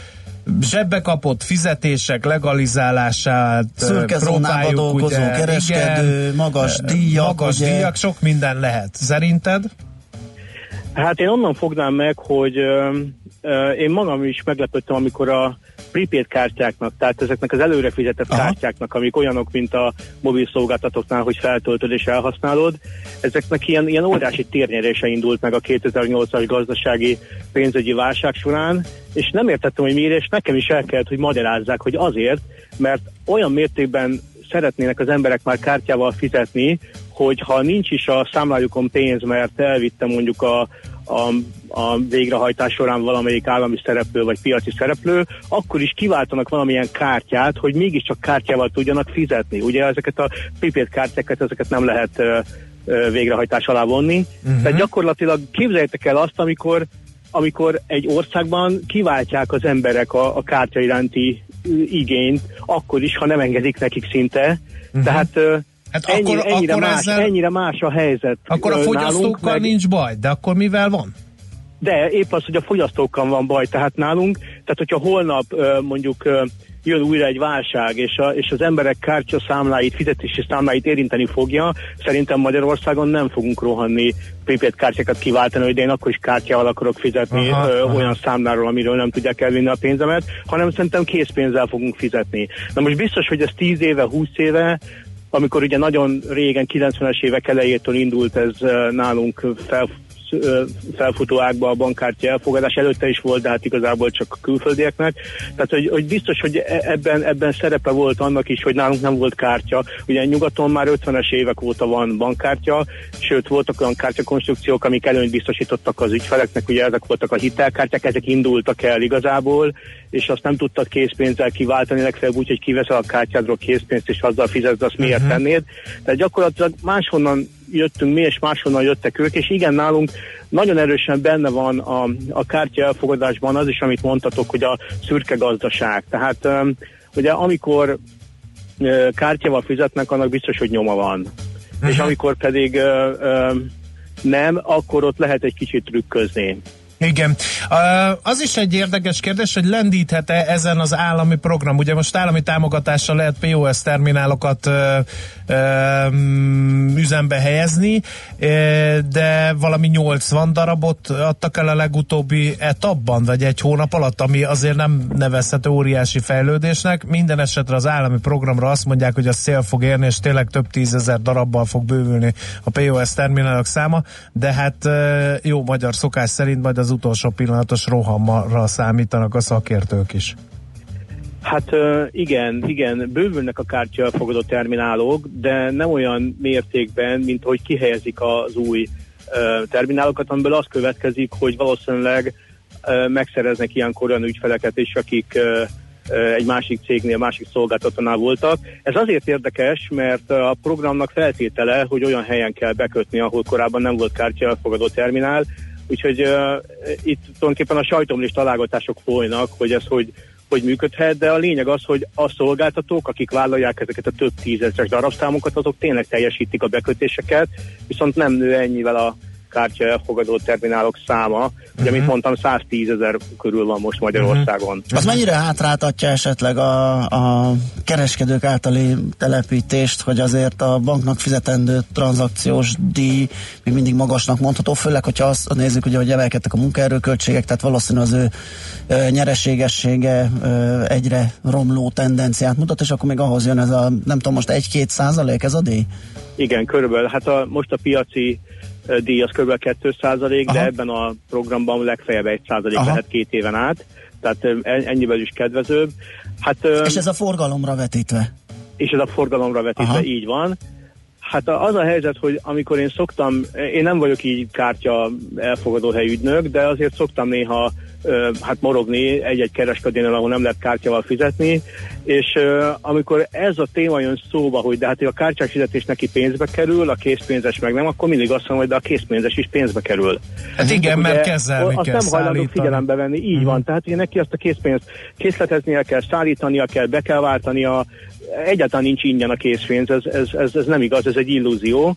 zsebbe kapott fizetések legalizálását szürke zónába dolgozó kereskedő, igen, magas díjak, sok minden lehet. Szerinted? Hát én onnan fognám meg, hogy én magam is meglepődtem, amikor a prepaid kártyáknak, tehát ezeknek az előre fizetett kártyáknak, amik olyanok, mint a mobil szolgáltatóknál, hogy feltöltöd és elhasználod, ezeknek ilyen óriási térnyerése indult meg a 2008-as gazdasági pénzügyi válság során, és nem értettem, hogy miért, és nekem is el kellett, hogy magyarázzák, hogy azért, mert olyan mértékben szeretnének az emberek már kártyával fizetni, hogy ha nincs is a számlájukon pénz, mert elvitte mondjuk a végrehajtás során valamelyik állami szereplő vagy piaci szereplő, akkor is kiváltanak valamilyen kártyát, hogy mégiscsak kártyával tudjanak fizetni. Ugye ezeket a prepaid kártyákat, ezeket nem lehet végrehajtás alá vonni. Tehát gyakorlatilag képzeljétek el azt, amikor egy országban kiváltják az emberek a kártya iránti igényt, akkor is, ha nem engedik nekik szinte. Tehát ennyire más a helyzet. Akkor a fogyasztókkal nincs baj, de akkor mivel van? De épp az, hogy a fogyasztókkal van baj, tehát nálunk, tehát hogyha holnap mondjuk jön újra egy válság, és az emberek kártya számláit, fizetési számláit érinteni fogja, szerintem Magyarországon nem fogunk rohanni prepaid kártyákat kiváltani, hogy én akkor is kártyával akarok fizetni olyan számláról, amiről nem tudják elvinni a pénzemet, hanem szerintem készpénzzel fogunk fizetni. Na most biztos, hogy ez 10 éve, 20 éve, amikor ugye nagyon régen, 90-es évek elejétől indult ez nálunk felfutó ágba a bankkártya elfogadás, előtte is volt, de hát igazából csak a külföldieknek. Tehát, hogy biztos, hogy ebben szerepe volt annak is, hogy nálunk nem volt kártya. Ugye nyugaton már 50-es évek óta van bankkártya, sőt voltak olyan kártyakonstrukciók, amik előnyt biztosítottak az ügyfeleknek, ugye ezek voltak a hitelkártyák, ezek indultak el igazából, és azt nem tudtad készpénzzel kiváltani, legfeljebb úgy, hogy kiveszel a kártyádról készpénzt, és azzal fizetsz, azt miért tennéd. Tehát gyakorlatilag máshonnan jöttünk mi, és máshonnan jöttek ők, és igen, nálunk nagyon erősen benne van a kártya elfogadásban az is, amit mondtatok, hogy a szürke gazdaság. Tehát ugye amikor kártyával fizetnek, annak biztos, hogy nyoma van. És amikor pedig nem, akkor ott lehet egy kicsit trükközni. Igen. Az is egy érdekes kérdés, hogy lendíthet-e ezen az állami program. Ugye most állami támogatással lehet POS terminálokat üzembe helyezni, de valami 80 darabot adtak el a legutóbbi etapban, vagy egy hónap alatt, ami azért nem nevezhető óriási fejlődésnek. Minden esetre az állami programra azt mondják, hogy az cél fog érni, és tényleg több 10 000 darabbal fog bővülni a POS terminálok száma, de hát jó magyar szokás szerint majd az utolsó pillanatos rohamra számítanak a szakértők is. Hát igen, bővülnek a kártya elfogadó terminálok, de nem olyan mértékben, mint hogy kihelyezik az új terminálokat, amiből az következik, hogy valószínűleg megszereznek ilyenkor olyan ügyfeleket is, akik egy másik cégnél, másik szolgáltatónál voltak. Ez azért érdekes, mert a programnak feltétele, hogy olyan helyen kell bekötni, ahol korábban nem volt kártya elfogadó terminál, úgyhogy itt tulajdonképpen a sajtomon is találgatások folynak, hogy ez hogy működhet, de a lényeg az, hogy a szolgáltatók, akik vállalják ezeket a több tízezres darabszámokat, azok tényleg teljesítik a bekötéseket, viszont nem nő ennyivel a kártya elfogadó terminálok száma. Ugye, mint mondtam, 110 000 körül van most Magyarországon. Az mennyire hátráltatja esetleg a kereskedők általi telepítést, hogy azért a banknak fizetendő tranzakciós díj még mindig magasnak mondható, főleg, hogyha azt nézzük, ugye, hogy emelkedtek a munkaerőköltségek, tehát valószínű az ő nyereségessége egyre romló tendenciát mutat, és akkor még ahhoz jön ez a, nem tudom, most 1-2% ez a díj? Igen, körülbelül. Hát most a piaci díj az kb. 2%, de ebben a programban legfeljebb 1% lehet 2 éven át, tehát ennyivel is kedvezőbb. Hát, és ez a forgalomra vetítve? És ez a forgalomra vetítve, így van. Hát az a helyzet, hogy amikor én nem vagyok így kártya elfogadó helyügynök, de azért szoktam néha morogni egy-egy kereskedőnél, ahol nem lehet kártyával fizetni, és amikor ez a téma jön szóba, hogy de hát a kártyás fizetés neki pénzbe kerül, a készpénzes meg nem, akkor mindig azt mondom, hogy de a készpénzes is pénzbe kerül. Hát igen, mert kezelni azt kell, nem hajlandó figyelembe venni, így van, tehát ugye neki azt a készpénzt készleteznie kell, szállítania kell, be kell váltania, egyáltalán nincs ingyen a készpénz, ez nem igaz, ez egy illúzió.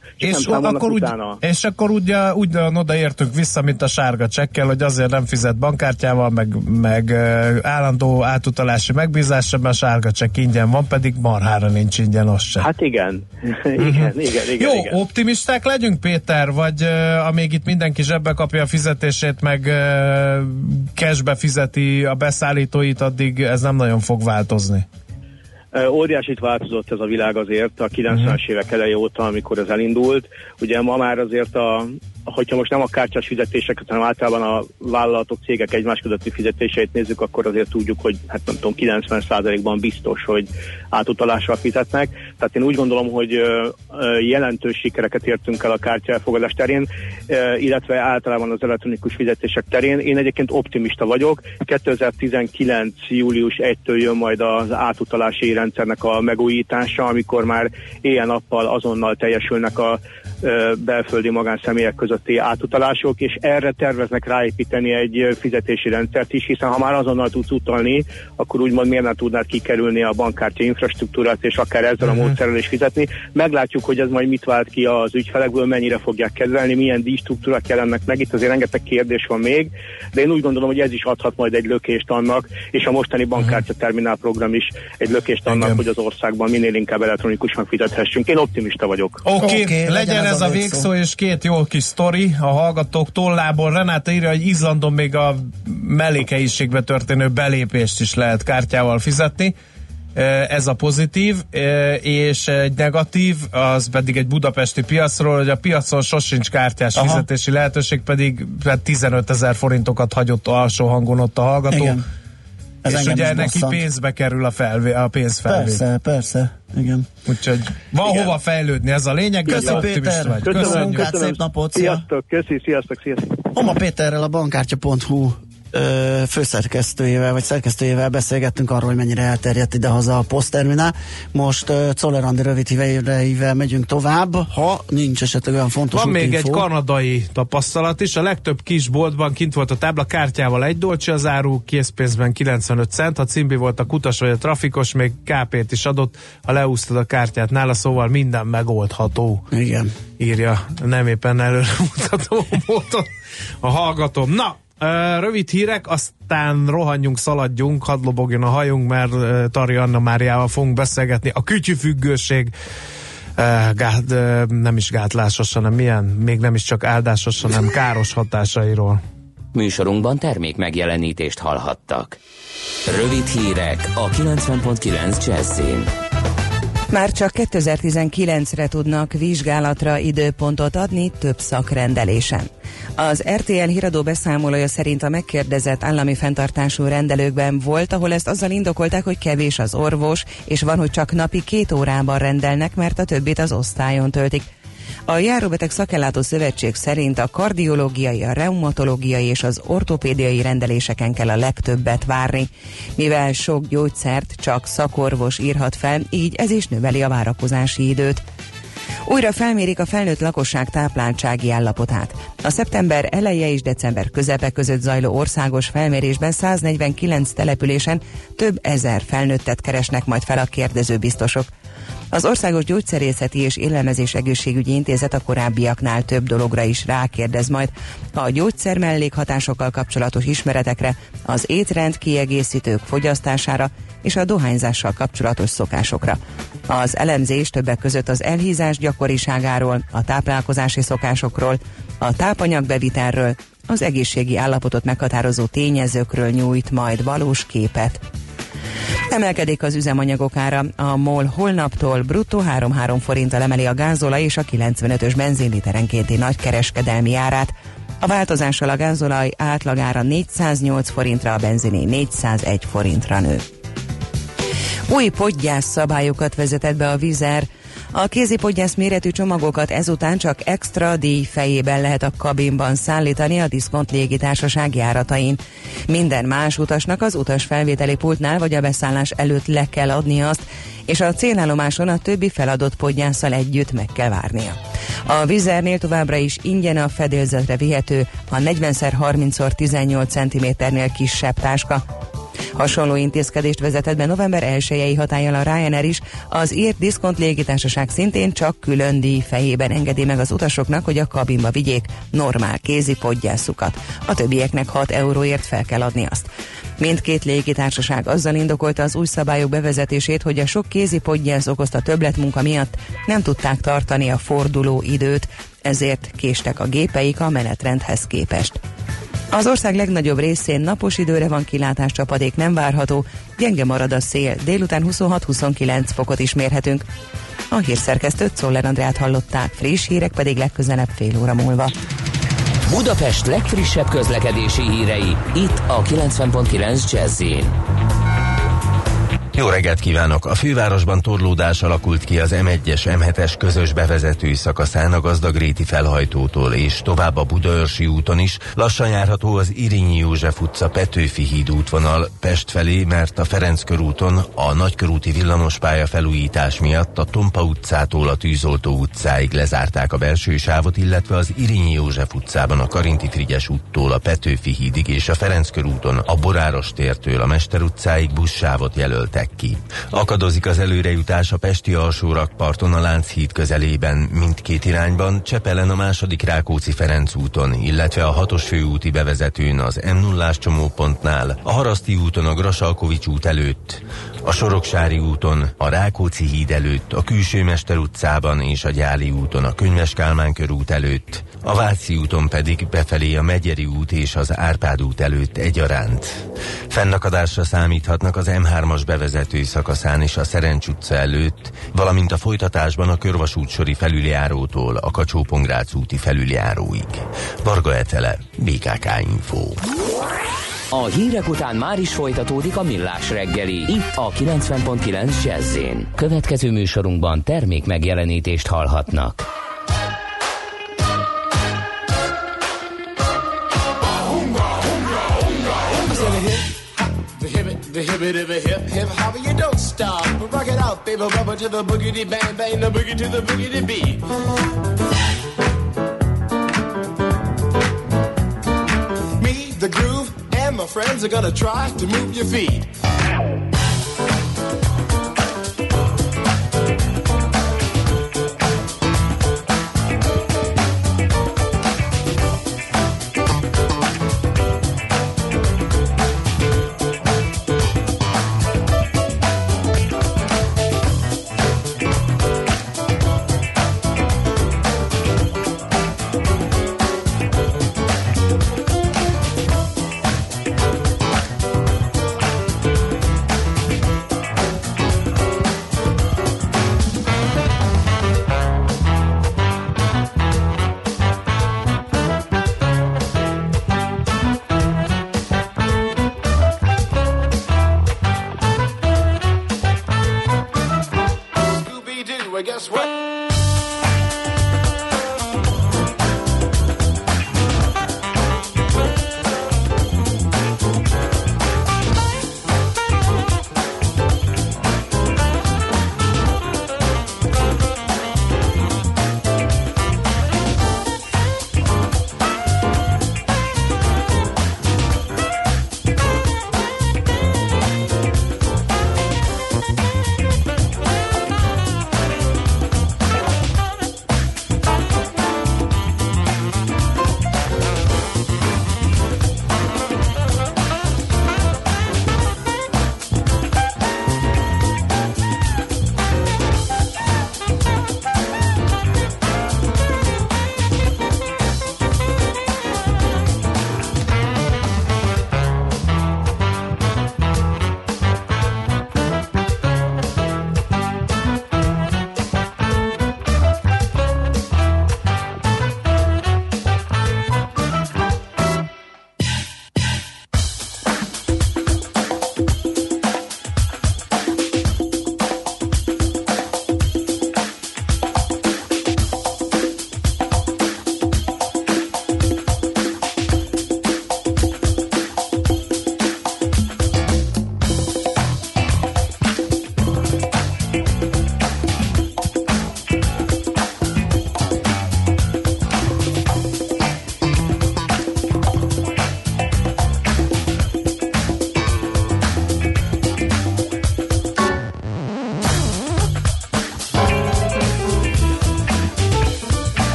És akkor ugyan odaértünk vissza, mint a sárga csekkel, hogy azért nem fizet bankkártyával, meg állandó átutalási megbízás sem, a sárga csekk ingyen van, pedig marhára nincs ingyen az sem. Hát igen. igen. Jó, optimisták legyünk, Péter, vagy amíg itt mindenki zsebbe kapja a fizetését, meg cashbe fizeti a beszállítóit, addig ez nem nagyon fog változni. Óriásit változott ez a világ azért a 90-es évek eleje óta, amikor ez elindult. Ugye ma már azért hogyha most nem a kártyás fizetéseket, hanem általában a vállalatok, cégek egymás közötti fizetéseit nézzük, akkor azért tudjuk, hogy hát nem tudom, 90%-ban biztos, hogy átutalással fizetnek. Tehát én úgy gondolom, hogy jelentős sikereket értünk el a kártya elfogadás terén, illetve általában az elektronikus fizetések terén. Én egyébként optimista vagyok. 2019. július 1-től jön majd az átutalási rendszernek a megújítása, amikor már éjjel-nappal azonnal teljesülnek a belföldi magánszemélyek közötti átutalások, és erre terveznek ráépíteni egy fizetési rendszert is, hiszen ha már azonnal tudsz utalni, akkor úgymond miért nem tudnád kikerülni a bankkártya infrastruktúrát, és akár ezzel a módszerrel is fizetni. Meglátjuk, hogy ez majd mit vált ki az ügyfelekből, mennyire fogják kezelni, milyen díjstruktúrák jelennek meg, itt azért rengeteg kérdés van még, de én úgy gondolom, hogy ez is adhat majd egy lökést annak, és a mostani bankkártya terminál program is egy lökést annak, hogy az országban minél inkább elektronikusan fizethessünk. Én optimista vagyok. Oké, legyen ez a végszó, és két jó kis sztori a hallgatók tollából. Renáta írja, hogy Izlandon még a mellékhelyiségbe történő belépést is lehet kártyával fizetni. Ez a pozitív, és egy negatív, az pedig egy budapesti piacról, hogy a piacon sosincs kártyás fizetési lehetőség, pedig 15 000 forintokat hagyott alsó hangon ott a hallgató. Igen. És ugye neki pénzbe kerül a pénzfelvét. Persze, igen. Úgyhogy van hova fejlődni, ez a lényeg. Köszönöm, Péter. Köszönöm munkát, szép napot. Sziasztok, sziasztok. Homa Péterrel, a bankkártya.hu főszerkesztőjével, vagy szerkesztőjével beszélgettünk arról, hogy mennyire elterjedt idehaza a posztterminál. Most Czoller Andi rövid híreivel megyünk tovább, ha nincs esetleg olyan fontos Van még info. egy kanadai tapasztalat is, a legtöbb kisboltban kint volt a tábla, kártyával 1 dolcsi az áru, készpénzben 95 cent, ha cimbi volt a kutas vagy a trafikos, még KP-t is adott, ha leúsztad a kártyát nála, szóval minden megoldható. Igen. Írja, nem éppen előremutató módon a hallgatom. Na, rövid hírek, aztán rohanjunk, szaladjunk, hadd lobogjon a hajunk, mert Tari Anna Máriával fogunk beszélgetni. A kütyüfüggőség nem is gátlásos, hanem milyen, még nem is csak áldásos, hanem káros hatásairól. Műsorunkban termék megjelenítést hallhattak. Rövid hírek a 90.9 Jazzin. Már csak 2019-re tudnak vizsgálatra időpontot adni több szakrendelésen. Az RTL híradó beszámolója szerint a megkérdezett állami fenntartású rendelőkben volt, ahol ezt azzal indokolták, hogy kevés az orvos, és van, hogy csak napi 2 órában rendelnek, mert a többit az osztályon töltik. A Járóbeteg Szakellátó Szövetség szerint a kardiológiai, a reumatológiai és az ortopédiai rendeléseken kell a legtöbbet várni. Mivel sok gyógyszert csak szakorvos írhat fel, így ez is növeli a várakozási időt. Újra felmérik a felnőtt lakosság tápláltsági állapotát. A szeptember eleje és december közepe között zajló országos felmérésben 149 településen több ezer felnőttet keresnek majd fel a kérdezőbiztosok. Az Országos Gyógyszerészeti és Élelmezés Egészségügyi Intézet a korábbiaknál több dologra is rákérdez majd. A gyógyszer mellékhatásokkal kapcsolatos ismeretekre, az étrend kiegészítők fogyasztására és a dohányzással kapcsolatos szokásokra. Az elemzés többek között az elhízás gyakoriságáról, a táplálkozási szokásokról, a tápanyagbevitelről, az egészségi állapotot meghatározó tényezőkről nyújt majd valós képet. Emelkedik az üzemanyagok ára. A MOL holnaptól bruttó 3-3 forinttal emeli a gázolaj és a 95-ös benzinliterenkénti nagykereskedelmi árát. A változással a gázolaj átlagára 408 forintra, a benziné 401 forintra nő. Új podgyász szabályokat vezetett be a Vizer. A kézipodgyász méretű csomagokat ezután csak extra díj fejében lehet a kabinban szállítani a Diszkont légitársaság járatain. Minden más utasnak az utasfelvételi pultnál vagy a beszállás előtt le kell adni azt, és a célállomáson a többi feladott podgyásszal együtt meg kell várnia. A Vizernél továbbra is ingyen a fedélzetre vihető a 40x30x18 cm-nél kisebb táska. Hasonló intézkedést vezetett be november 1-i hatállyal a Ryanair is, az írt diszkont légitársaság szintén csak külön díj fejében engedi meg az utasoknak, hogy a kabinba vigyék normál kézi podgyászukat. A többieknek 6 euróért fel kell adni azt. Mindkét légitársaság azzal indokolta az új szabályok bevezetését, hogy a sok kézi podgyász okozta többletmunka miatt nem tudták tartani a forduló időt, ezért késtek a gépeik a menetrendhez képest. Az ország legnagyobb részén napos időre van kilátás, csapadék nem várható, gyenge marad a szél, délután 26-29 fokot is mérhetünk. A hírszerkesztőt, Czoller Andrát hallották, friss hírek pedig legközelebb fél óra múlva. Budapest legfrissebb közlekedési hírei, itt a 90.9 Jazz-in. Jó reggelt kívánok! A fővárosban torlódás alakult ki az M1-es, M7-es közös bevezető szakaszán a Gazdagréti felhajtótól és tovább a Budaörsi úton is. Lassan járható az Irényi József utca Petőfi híd útvonal Pest felé, mert a Ferenc körúton a nagykörúti villamospálya felújítás miatt a Tompa utcától a Tűzoltó utcáig lezárták a belső sávot, illetve az Irényi József utcában a Karinti Frigyes úttól a Petőfi hídig és a Ferenc körúton a Boráros tértől a Mester utcáig buszsávot jelöltek ki. Akadozik az előrejutás a pesti alsórakparton a Lánchíd közelében mindkét irányban, Csepelen a második Rákóczi-Ferenc úton, illetve a 6-os főúti bevezetőn az M0-ás csomópontnál, a Haraszti úton a Grasalkovics út előtt, a Soroksári úton, a Rákóczi híd előtt, a Külső Mester utcában és a Gyáli úton a Könyves Kálmán körút előtt, a Váci úton pedig befelé a Megyeri út és az Árpád út előtt egyaránt. Fennakadásra számíthatnak az M3-as bevezető szakaszán és a Szerencs utca előtt, valamint a folytatásban a Körvasútsori felüljárótól a Kacsó-Pongrác úti felüljáróig. Varga Etele, BKK Info. A hírek után már is folytatódik a Millás reggeli, itt a 90.9 Jazz-in. Következő műsorunkban termék megjelenítést hallhatnak. The hip hip hopper, you don't stop. Rock it out, baby, rubber to the boogity bang bang, the boogie to the boogity beat. Me, the groove, and my friends are gonna try to move your feet.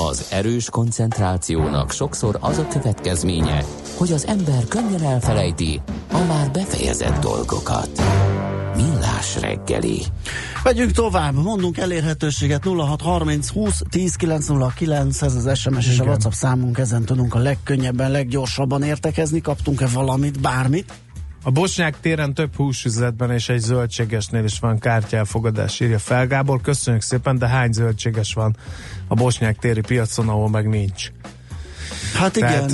Az erős koncentrációnak sokszor az a következménye, hogy az ember könnyen elfelejti a már befejezett dolgokat. Millás reggeli. Vegyünk tovább, mondunk elérhetőséget 0630 20 10 909, ez az SMS és a WhatsApp számunk, ezen tudunk a legkönnyebben, leggyorsabban értekezni. Kaptunk-e valamit, bármit? A Bosnyák téren több húsüzletben és egy zöldségesnél is van kártyaelfogadás, írja fel Gábor. Köszönjük szépen, de hány zöldséges van a Bosnyák téri piacon, ahol meg nincs? Hát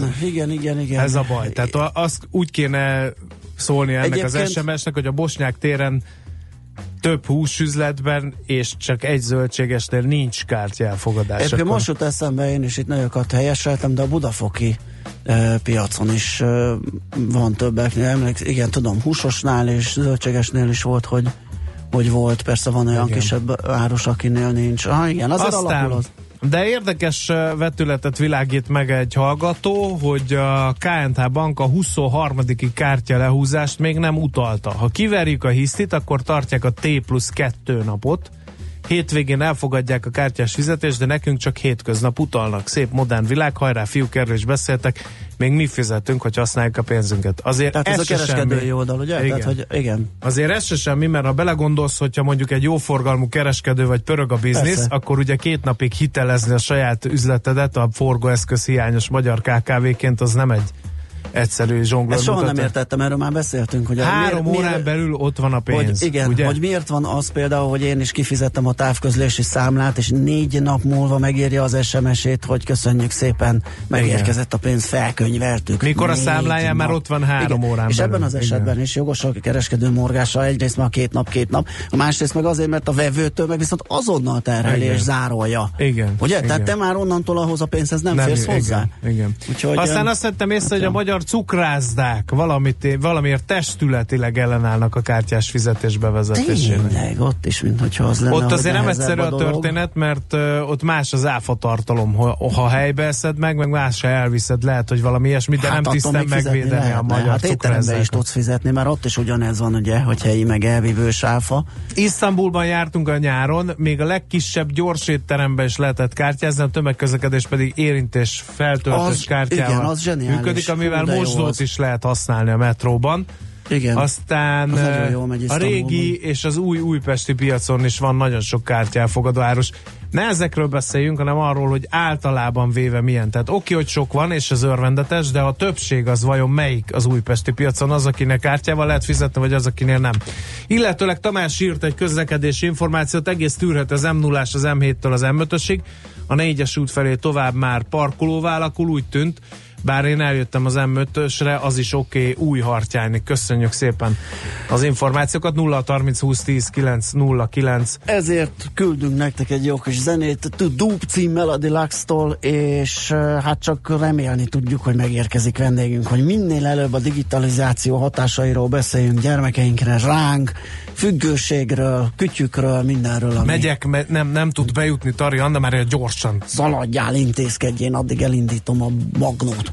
igen. Ez a baj. Tehát azt úgy kéne szólni ennek az SMS-nek, hogy a Bosnyák téren több húsüzletben és csak egy zöldségesnél nincs kártyaelfogadás. Egyébként most jut eszembe, én is itt nagyokat helyeseltem, de a budafoki piacon is van többeknél. Igen, tudom, húsosnál és zöldségesnél is volt, hogy volt. Persze van olyan kisebb árus, akinél nincs. Igen, azért alakul az. De érdekes vetületet világít meg egy hallgató, hogy a KNH Bank a 23. kártya lehúzást még nem utalta. Ha kiverjük a hisztit, akkor tartják a T+2 napot. Hétvégén elfogadják a kártyás fizetést, de nekünk csak hétköznap utalnak. Szép modern világ, hajrá fiúk, erről is beszéltek, még mi fizetünk, hogy használjuk a pénzünket. Azért tehát ez a kereskedői oldal, ugye? Igen. Tehát, hogy igen. Azért ez se semmi, mert ha belegondolsz, hogyha mondjuk egy jóforgalmú kereskedő vagy pörög a biznisz, akkor ugye 2 napig hitelezni a saját üzletedet a forgóeszköz hiányos magyar KKV-ként, az nem egy egyszerű zsonglőr. Ezt soha nem értettem, erről már beszéltünk. Hogy 3 órán belül ott van a pénz. Hogy igen, ugye? Hogy miért van az például, hogy én is kifizettem a távközlési számlát, és 4 nap múlva megírja az SMS-ét, hogy köszönjük szépen, megérkezett a pénz, felkönyveltük. Mikor a számláján már ott van 3 órán belül. És ebben az esetben is jogos a kereskedő morgása, egyrészt már 2 nap, a másrészt meg azért, mert a vevőtől meg viszont azonnal terheli és zárolja. Igen. Ugye? Igen. Tehát te már onnantól ahhoz a pénzhez nem férsz hozzá. Igen. Úgyhogy, aztán azt vettem észre, hogy a magyar cukrázdák valamiért testületileg ellenállnak a kártyás fizetés bevezetésének. Tényleg, ott is, mintha az lenne. Ott azért nem egyszerű a történet, mert ott más az áfa tartalom, ha helybe eszed meg más se elviszed, lehet, hogy valami ilyesmi, de nem tisztem megvédeni a magyar cukrászdákat. Is tudsz fizetni, mert ott is ugyanez van, ugye, hogy helyi meg elvívős áfa. Isztambulban jártunk a nyáron, még a legkisebb gyors étteremben is lehetett kártyázni, a tömegközlekedés pedig érintés feltöltős kártyával működik, amivel mosdót is lehet használni a metróban. Igen. Aztán a régi és az új újpesti piacon is van nagyon sok kártyálfogadó árus. Ne ezekről beszéljünk, hanem arról, hogy általában véve milyen. Tehát oké, hogy sok van, és ez örvendetes, de a többség az vajon melyik az újpesti piacon? Az, akinek kártyával lehet fizetni, vagy az, akinél nem. Illetőleg Tamás írt egy közlekedési információt, egész tűrhet az M0-ás az M7-től az M5-ösig, a 4-es út felé tovább már parkolóvá alakul, úgy tűnt, bár én eljöttem az M5-ösre, az is oké, új Hartyány. Köszönjük szépen az információkat. 0-30 20 10 909. Ezért küldünk nektek egy jó kis zenét, Dupe címmel a Deluxe-tól, és hát csak remélni tudjuk, hogy megérkezik vendégünk, hogy minél előbb a digitalizáció hatásairól beszéljünk gyermekeinkre, ránk, függőségről, kütyükről, mindenről. Ami... Megyek, nem tud bejutni Tari Anna, már gyorsan. Szaladjál, intézkedjén, addig elindítom a magnót.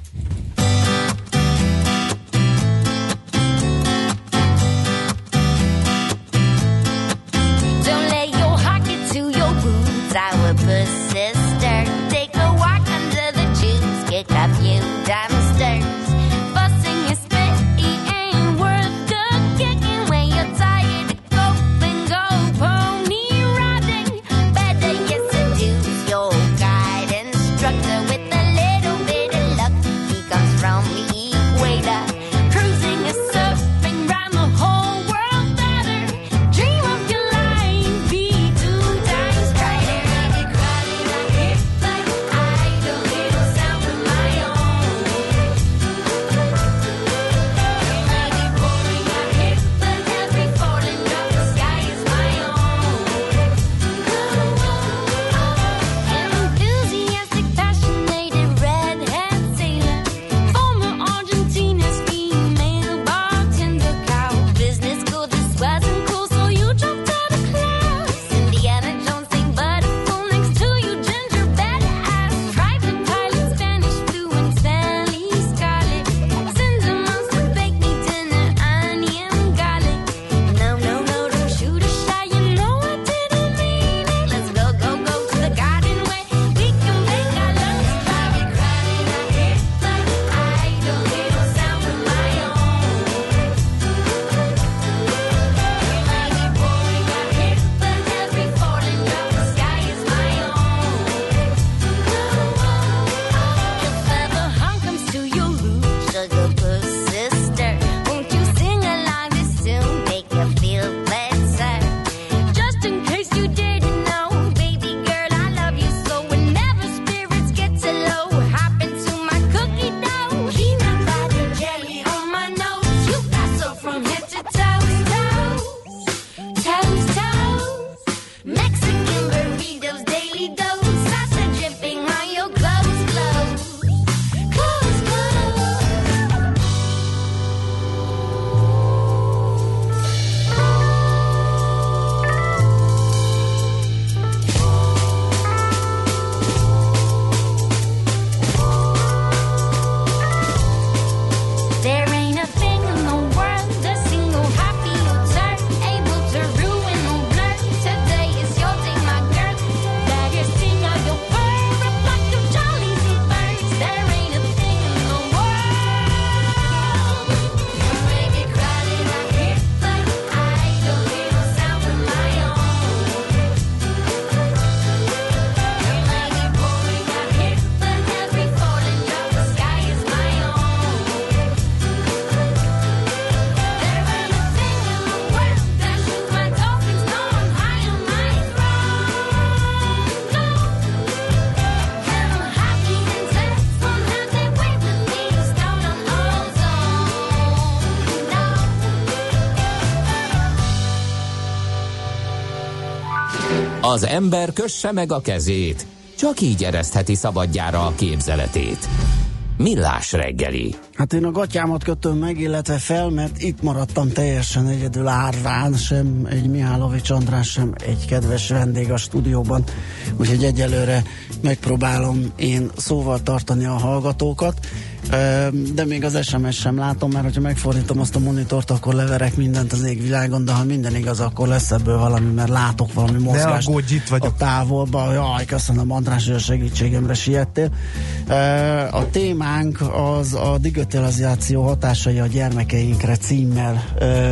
Az ember kösse meg a kezét, csak így eresztheti szabadjára a képzeletét. Millás reggeli. Hát én a gatyámat kötöm meg, illetve fel, mert itt maradtam teljesen egyedül árván, sem egy Mihálovics András, sem egy kedves vendég a stúdióban, úgyhogy egyelőre megpróbálom én szóval tartani a hallgatókat, de még az SMS sem látom, mert hogyha megfordítom azt a monitort, akkor leverek mindent az égvilágon, de ha minden igaz, akkor lesz ebből valami, mert látok valami mozgást a távolba. Jaj, köszönöm András, hogy a segítségemre siettél. A témánk az a digitalizáció hatásai a gyermekeinkre címmel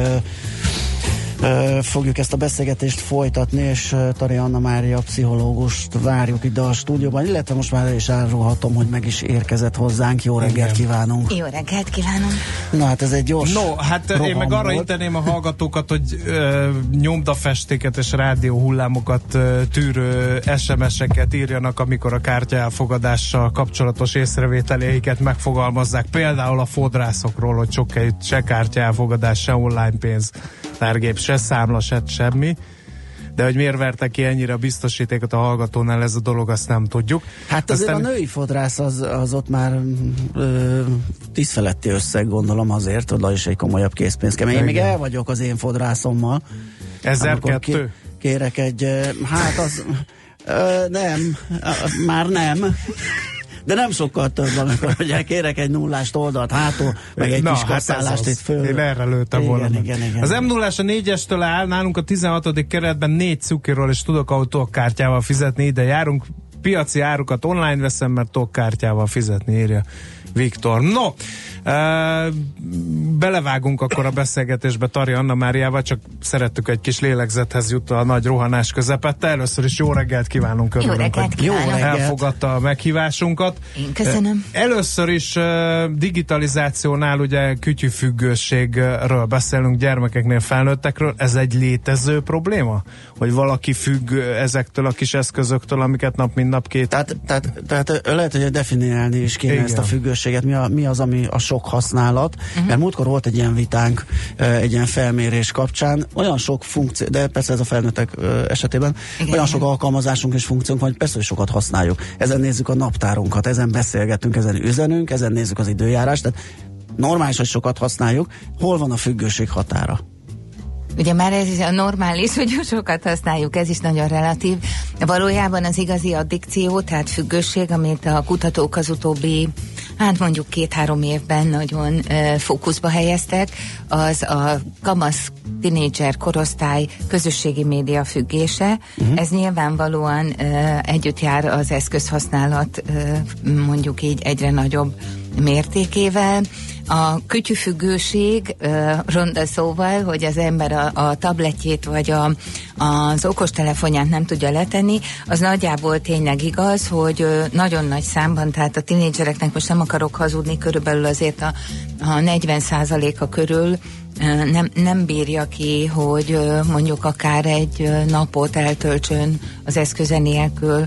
fogjuk ezt a beszélgetést folytatni, és Tari Anna Mária pszichológust várjuk ide a stúdióban, illetve most már el is árulhatom, hogy meg is érkezett hozzánk. Jó reggelt kívánunk! Jó reggelt kívánunk! Na hát ez egy gyors én meg arra inteném a hallgatókat, hogy nyomdafestéket és rádióhullámokat tűrő SMS-eket írjanak, amikor a kártyaelfogadással kapcsolatos észrevételeiket megfogalmazzák. Például a fodrászokról, hogy sokáig se kártyaelfogadás, se online pénz, tárgép, se számla, se semmi, de hogy miért vertek ki ennyire a biztosítékot a hallgatónál, ez a dolog, azt nem tudjuk. Hát azért aztán a női fodrász az ott már 10 feletti összeg, gondolom, azért, oda is egy komolyabb készpénzkemény. Én még el vagyok az én fodrászommal. 1002? Kérek egy, hát az nem, már nem. De nem sokkal több, amikor ugye kérek egy nullást oldalt hátul, meg egy kis kasszálást itt föl. Én erre lőttem volna. Igen. Az M0-ás a 4-estől áll, nálunk a 16. keretben 4 cukiról és tudok autókártyával fizetni, ide járunk, piaci árukat online veszem, mert tudok kártyával fizetni, írja Viktor. No, belevágunk akkor a beszélgetésbe Tari Anna Máriával, csak szerettük egy kis lélegzethez jutni a nagy rohanás közepette. Először is jó reggelt kívánunk, örülünk, hogy elfogadta a meghívásunkat. Én köszönöm. Először is digitalizációnál ugye kütyűfüggőségről beszélünk, gyermekeknél, felnőttekről. Ez egy létező probléma? Hogy valaki függ ezektől a kis eszközöktől, amiket nap mint nap Tehát lehet, hogy definiálni is kéne ezt a függőséget. Mi az, ami a sok használat, mert múltkor volt egy ilyen vitánk, egy ilyen felmérés kapcsán, olyan sok funkció, de persze ez a felnőttek esetében, olyan sok alkalmazásunk és funkciónk van, hogy persze, hogy sokat használjuk. Ezen nézzük a naptárunkat, ezen beszélgetünk, ezen üzenünk, ezen nézzük az időjárást, tehát normális, hogy sokat használjuk. Hol van a függőség határa? Ugye már ez is a normális, hogy sokat használjuk, ez is nagyon relatív. Valójában az igazi addikció, tehát függőség, amit a kutatók az utóbbi, hát mondjuk 2-3 évben nagyon fókuszba helyeztek, az a kamasz tinédzser korosztály közösségi média függése. Ez nyilvánvalóan együtt jár az eszközhasználat mondjuk így egyre nagyobb mértékével. A kütyűfüggőség, ronda szóval, hogy az ember a tabletjét vagy az okostelefonját nem tudja letenni, az nagyjából tényleg igaz, hogy nagyon nagy számban, tehát a tinédzsereknek most nem akarok hazudni, körülbelül azért a 40%-a körül nem bírja ki, hogy mondjuk akár egy napot eltöltsön az eszköze nélkül,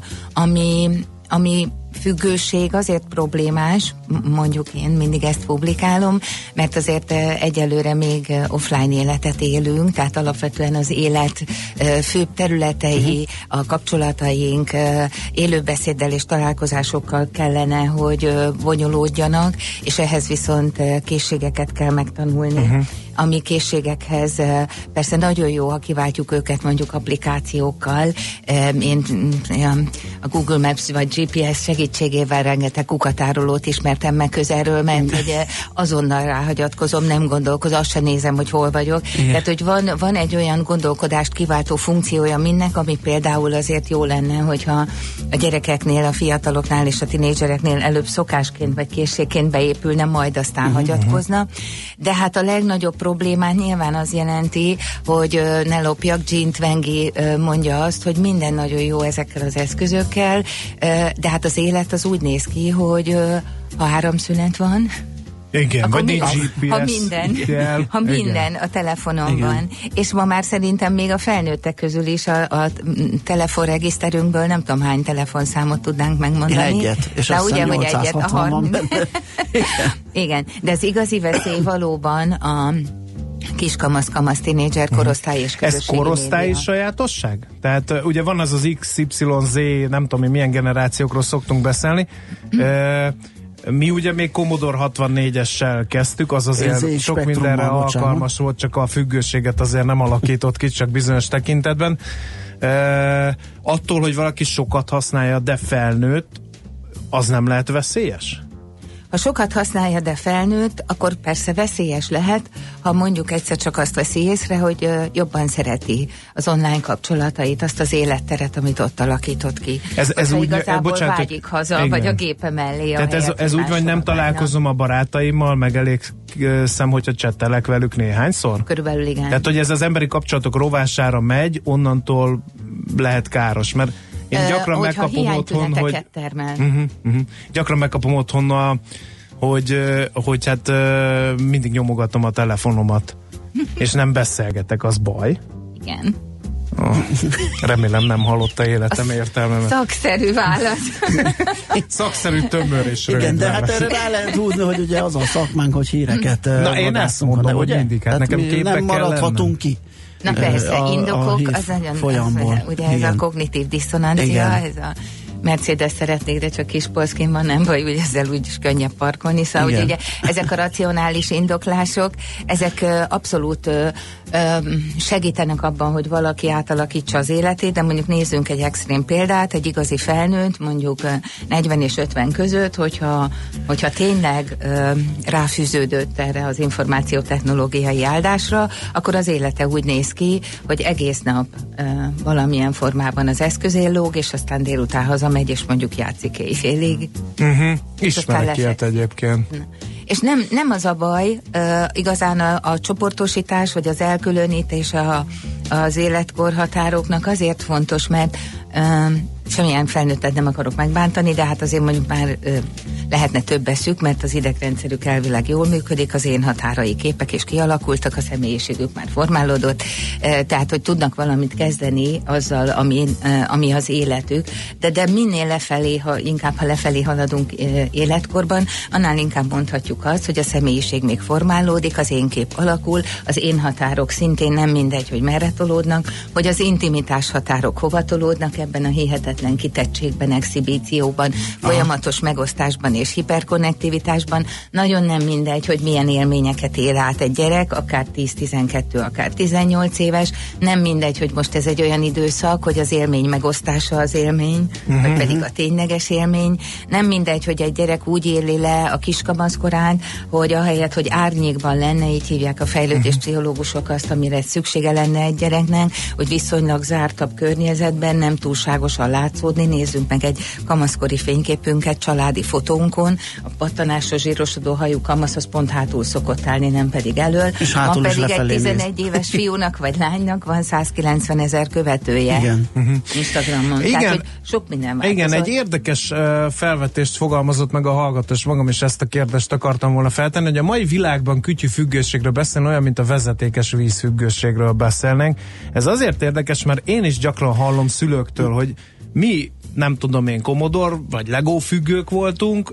ami függőség azért problémás, mondjuk én mindig ezt publikálom, mert azért egyelőre még offline életet élünk, tehát alapvetően az élet főbb területei, a kapcsolataink élőbeszéddel és találkozásokkal kellene, hogy bonyolódjanak, és ehhez viszont készségeket kell megtanulni. Ami készségekhez persze nagyon jó, ha kiváltjuk őket mondjuk applikációkkal. Én a Google Maps vagy GPS segítségével rengeteg kukatárolót ismertem meg közelről, mert hogy azonnal ráhagyatkozom, nem gondolkozom, azt sem nézem, hogy hol vagyok. Igen. Tehát, hogy van egy olyan gondolkodást kiváltó funkciója mindnek, ami például azért jó lenne, hogyha a gyerekeknél, a fiataloknál és a tinédzsereknél előbb szokásként vagy készségként beépülne, majd aztán hagyatkozna. De hát a legnagyobb problémát nyilván az jelenti, hogy ne lopjak, Jean Twenge mondja azt, hogy minden nagyon jó ezekkel az eszközökkel, de hát az élet az úgy néz ki, hogy ha áramszünet van, igen, vagy nincs GPS. Ha minden a telefonon van. És ma már szerintem még a felnőttek közül is a telefonregiszterünkből nem tudom hány telefonszámot tudnánk megmondani. Egyet, és azt hiszem 860 van benne. Igen, de az igazi veszély valóban kiskamasz, tínédzser, korosztály és közösségi Ez korosztályi média. sajátosság? Tehát ugye van az XYZ, nem tudom, milyen generációkról szoktunk beszélni. Mi ugye még Commodore 64-essel kezdtük, az azért sok mindenre alkalmas volt, csak a függőséget azért nem alakított ki, csak bizonyos tekintetben. Attól, hogy valaki sokat használja, de felnőtt, az nem lehet veszélyes? Ha sokat használja, de felnőtt, akkor persze veszélyes lehet, ha mondjuk egyszer csak azt veszi észre, hogy jobban szereti az online kapcsolatait, azt az életteret, amit ott alakított ki. Ez úgy, igazából vágyik haza, igen, vagy a gépe mellé. Tehát ez úgy van, nem találkozom a barátaimmal, meg elégszem, hogyha csettelek velük néhányszor? Körülbelül igen. Tehát, hogy ez az emberi kapcsolatok rovására megy, onnantól lehet káros, mert én gyakran megkapom otthon, hogy... Gyakran megkapom otthon, hogy hát mindig nyomogatom a telefonomat, és nem beszélgetek, az baj. Igen. Remélem nem hallotta életem értelmemet. Szakszerű válasz. Szakszerű, tömör és rövid. Igen, de hát erre rá lehet húzni, hogy ugye az a szakmánk, hogy híreket na én ezt mondom, hogy mindig, hát nekem képbe kell nem maradhatunk ki. Na persze, indokok, az nagyon, ugye ez a kognitív diszonancia, ez a Mercedes szeretnék, de csak Kispolszkin van, nem baj, úgy ezzel úgyis könnyebb parkolni, szóval ugye ezek a racionális indoklások, ezek abszolút segítenek abban, hogy valaki átalakítsa az életét, de mondjuk nézzünk egy extrém példát, egy igazi felnőtt, mondjuk 40 és 50 között, hogyha tényleg ráfűződött erre az információtechnológiai áldásra, akkor az élete úgy néz ki, hogy egész nap valamilyen formában az eszközén lóg, és aztán délután hazamegy, és mondjuk játszik éjfélig. Ismerek ilyet egyébként. És nem az a baj, igazán a csoportosítás, vagy az elkülönítés az életkorhatároknak azért fontos, mert semmilyen felnőttet nem akarok megbántani, de hát azért mondjuk már lehetne több eszük, mert az idegrendszerük elvileg jól működik, az én határai képek és kialakultak, a személyiségük már formálódott, tehát hogy tudnak valamit kezdeni azzal, ami az életük, de minél lefelé, inkább ha lefelé haladunk életkorban, annál inkább mondhatjuk azt, hogy a személyiség még formálódik, az én kép alakul, az én határok szintén nem mindegy, hogy merre tolódnak, hogy az intimitás határok hova tolódnak ebben a hihetetlen kitettségben, exhibícióban, folyamatos megosztásban és hiperkonnektivitásban. Nagyon nem mindegy, hogy milyen élményeket él át egy gyerek, akár 10-12, akár 18 éves. Nem mindegy, hogy most ez egy olyan időszak, hogy az élmény megosztása az élmény, vagy pedig a tényleges élmény. Nem mindegy, hogy egy gyerek úgy éli le a kiskamaszkorán, hogy ahelyett, hogy árnyékban lenne, így hívják a fejlődés pszichológusok azt, amire szüksége lenne egy gyereknek, hogy viszonylag zártabb környezetben, nem túlságosan látszódni. Nézzünk meg egy kamaszkori fényképünket családi fotónkon, a pattanásos zsírosodó hajú kamasz az pont hátul szokott állni, nem pedig elől. Van pedig egy 11 éves fiúnak vagy lánynak van 190 000 követője. Igen. Instagramon. Igen. Tehát, hogy sok minden változott. Igen, egy érdekes felvetést fogalmazott meg a hallgató, és magam is ezt a kérdést akartam volna feltenni, hogy a mai világban kütyűfüggőségről beszélni olyan, mint a vezetékes vízfüggőségről beszélnénk. Ez azért érdekes, mert én is gyakran hallom szülőktől, hogy mi, nem tudom én, Commodore vagy Lego függők voltunk,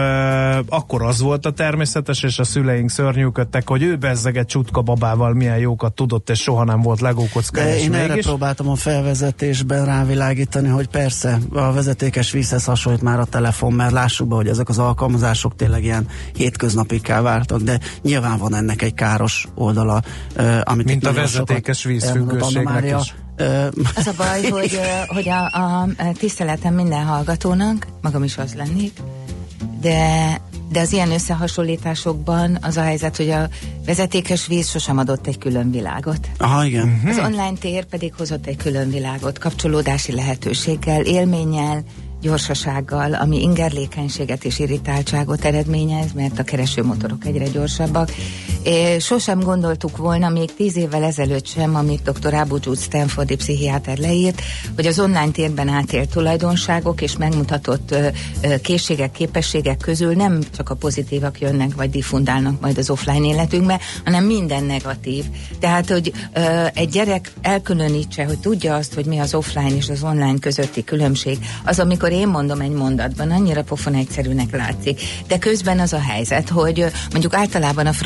akkor az volt a természetes, és a szüleink szörnyűködtek, hogy ő bezzeg egy csutka babával milyen jókat tudott, és soha nem volt Lego kockája. De én erre próbáltam a felvezetésben rávilágítani, hogy persze a vezetékes vízhez hasonlít már a telefon, mert lássuk be, hogy ezek az alkalmazások tényleg ilyen hétköznapikká váltak, de nyilván van ennek egy káros oldala, amit mint a vezetékes vízfüggőségnek is. Az a baj, hogy a tiszteletem minden hallgatónak, magam is az lennék, de az ilyen összehasonlításokban az a helyzet, hogy a vezetékes víz sosem adott egy külön világot. Aha, igen. Az online tér pedig hozott egy külön világot, kapcsolódási lehetőséggel, élménnyel, gyorsasággal, ami ingerlékenységet és irritáltságot eredményez, mert a keresőmotorok egyre gyorsabbak. Sosem gondoltuk volna, még 10 évvel ezelőtt sem, amit dr. Abu Jud Stanfordi pszichiáter leírt, hogy az online térben átélt tulajdonságok és megmutatott készségek, képességek közül nem csak a pozitívak jönnek, vagy diffundálnak majd az offline életünkbe, hanem minden negatív. Tehát, hogy egy gyerek elkülönítse, hogy tudja azt, hogy mi az offline és az online közötti különbség, az, amikor én mondom egy mondatban, annyira pofon egyszerűnek látszik. De közben az a helyzet, hogy mondjuk általában a francia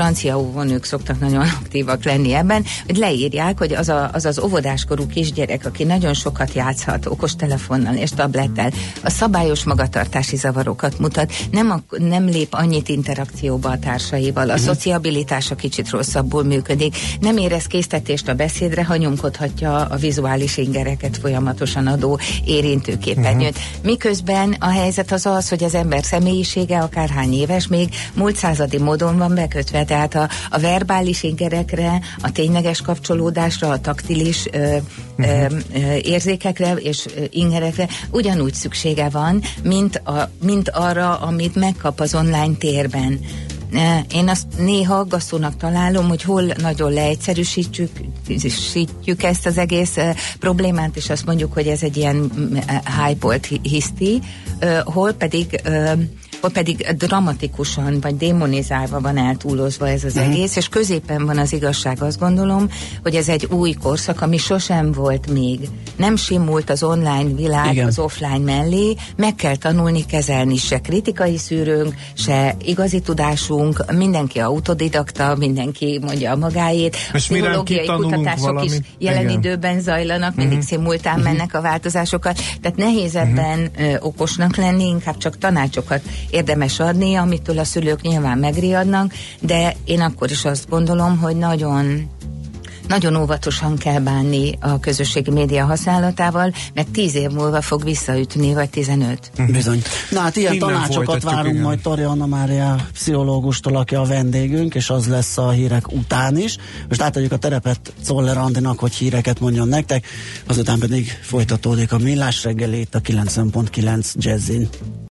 óvónők szoktak nagyon aktívak lenni ebben, hogy leírják, hogy az óvodáskorú kisgyerek, aki nagyon sokat játszhat okostelefonnal és tablettel, a szabályos magatartási zavarokat mutat, nem lép annyit interakcióba a társaival, a szociabilitása kicsit rosszabbul működik, nem érez késztetést a beszédre, ha nyomkodhatja a vizuális ingereket folyamatosan adó érintőképernyőt. Miközben a helyzet az, hogy az ember személyisége akárhány éves, még múlt századi módon van bekötve, tehát a verbális ingerekre, a tényleges kapcsolódásra, a taktilis érzékekre és ingerekre ugyanúgy szüksége van, mint arra, amit megkap az online térben. Én azt néha aggasztónak találom, hogy hol nagyon leegyszerűsítjük ezt az egész problémát, és azt mondjuk, hogy ez egy ilyen hype-olt hiszti, hol pedig dramatikusan vagy démonizálva van eltúlozva ez az egész, és középen van az igazság. Azt gondolom, hogy ez egy új korszak, ami sosem volt még. Nem simult az online világ az offline mellé, meg kell tanulni kezelni, se kritikai szűrőnk, se igazi tudásunk, mindenki autodidakta, mindenki mondja a magáét. A pszichológiai kutatások is jelen időben zajlanak, mindig szimultán mennek a változásokat, tehát nehéz ebben okosnak lenni, inkább csak tanácsokat érdemes adni, amitől a szülők nyilván megriadnak, de én akkor is azt gondolom, hogy nagyon óvatosan kell bánni a közösségi média használatával, mert 10 év múlva fog visszaütni, vagy 15. Bizony. Na hát ilyen tanácsokat várunk majd Tori Anna Mária pszichológustól, aki a vendégünk, és az lesz a hírek után is. Most átadjuk a terepet Czoller Andinak, hogy híreket mondjon nektek, azután pedig folytatódik a Millás reggeli itt a 90.9 Jazzin.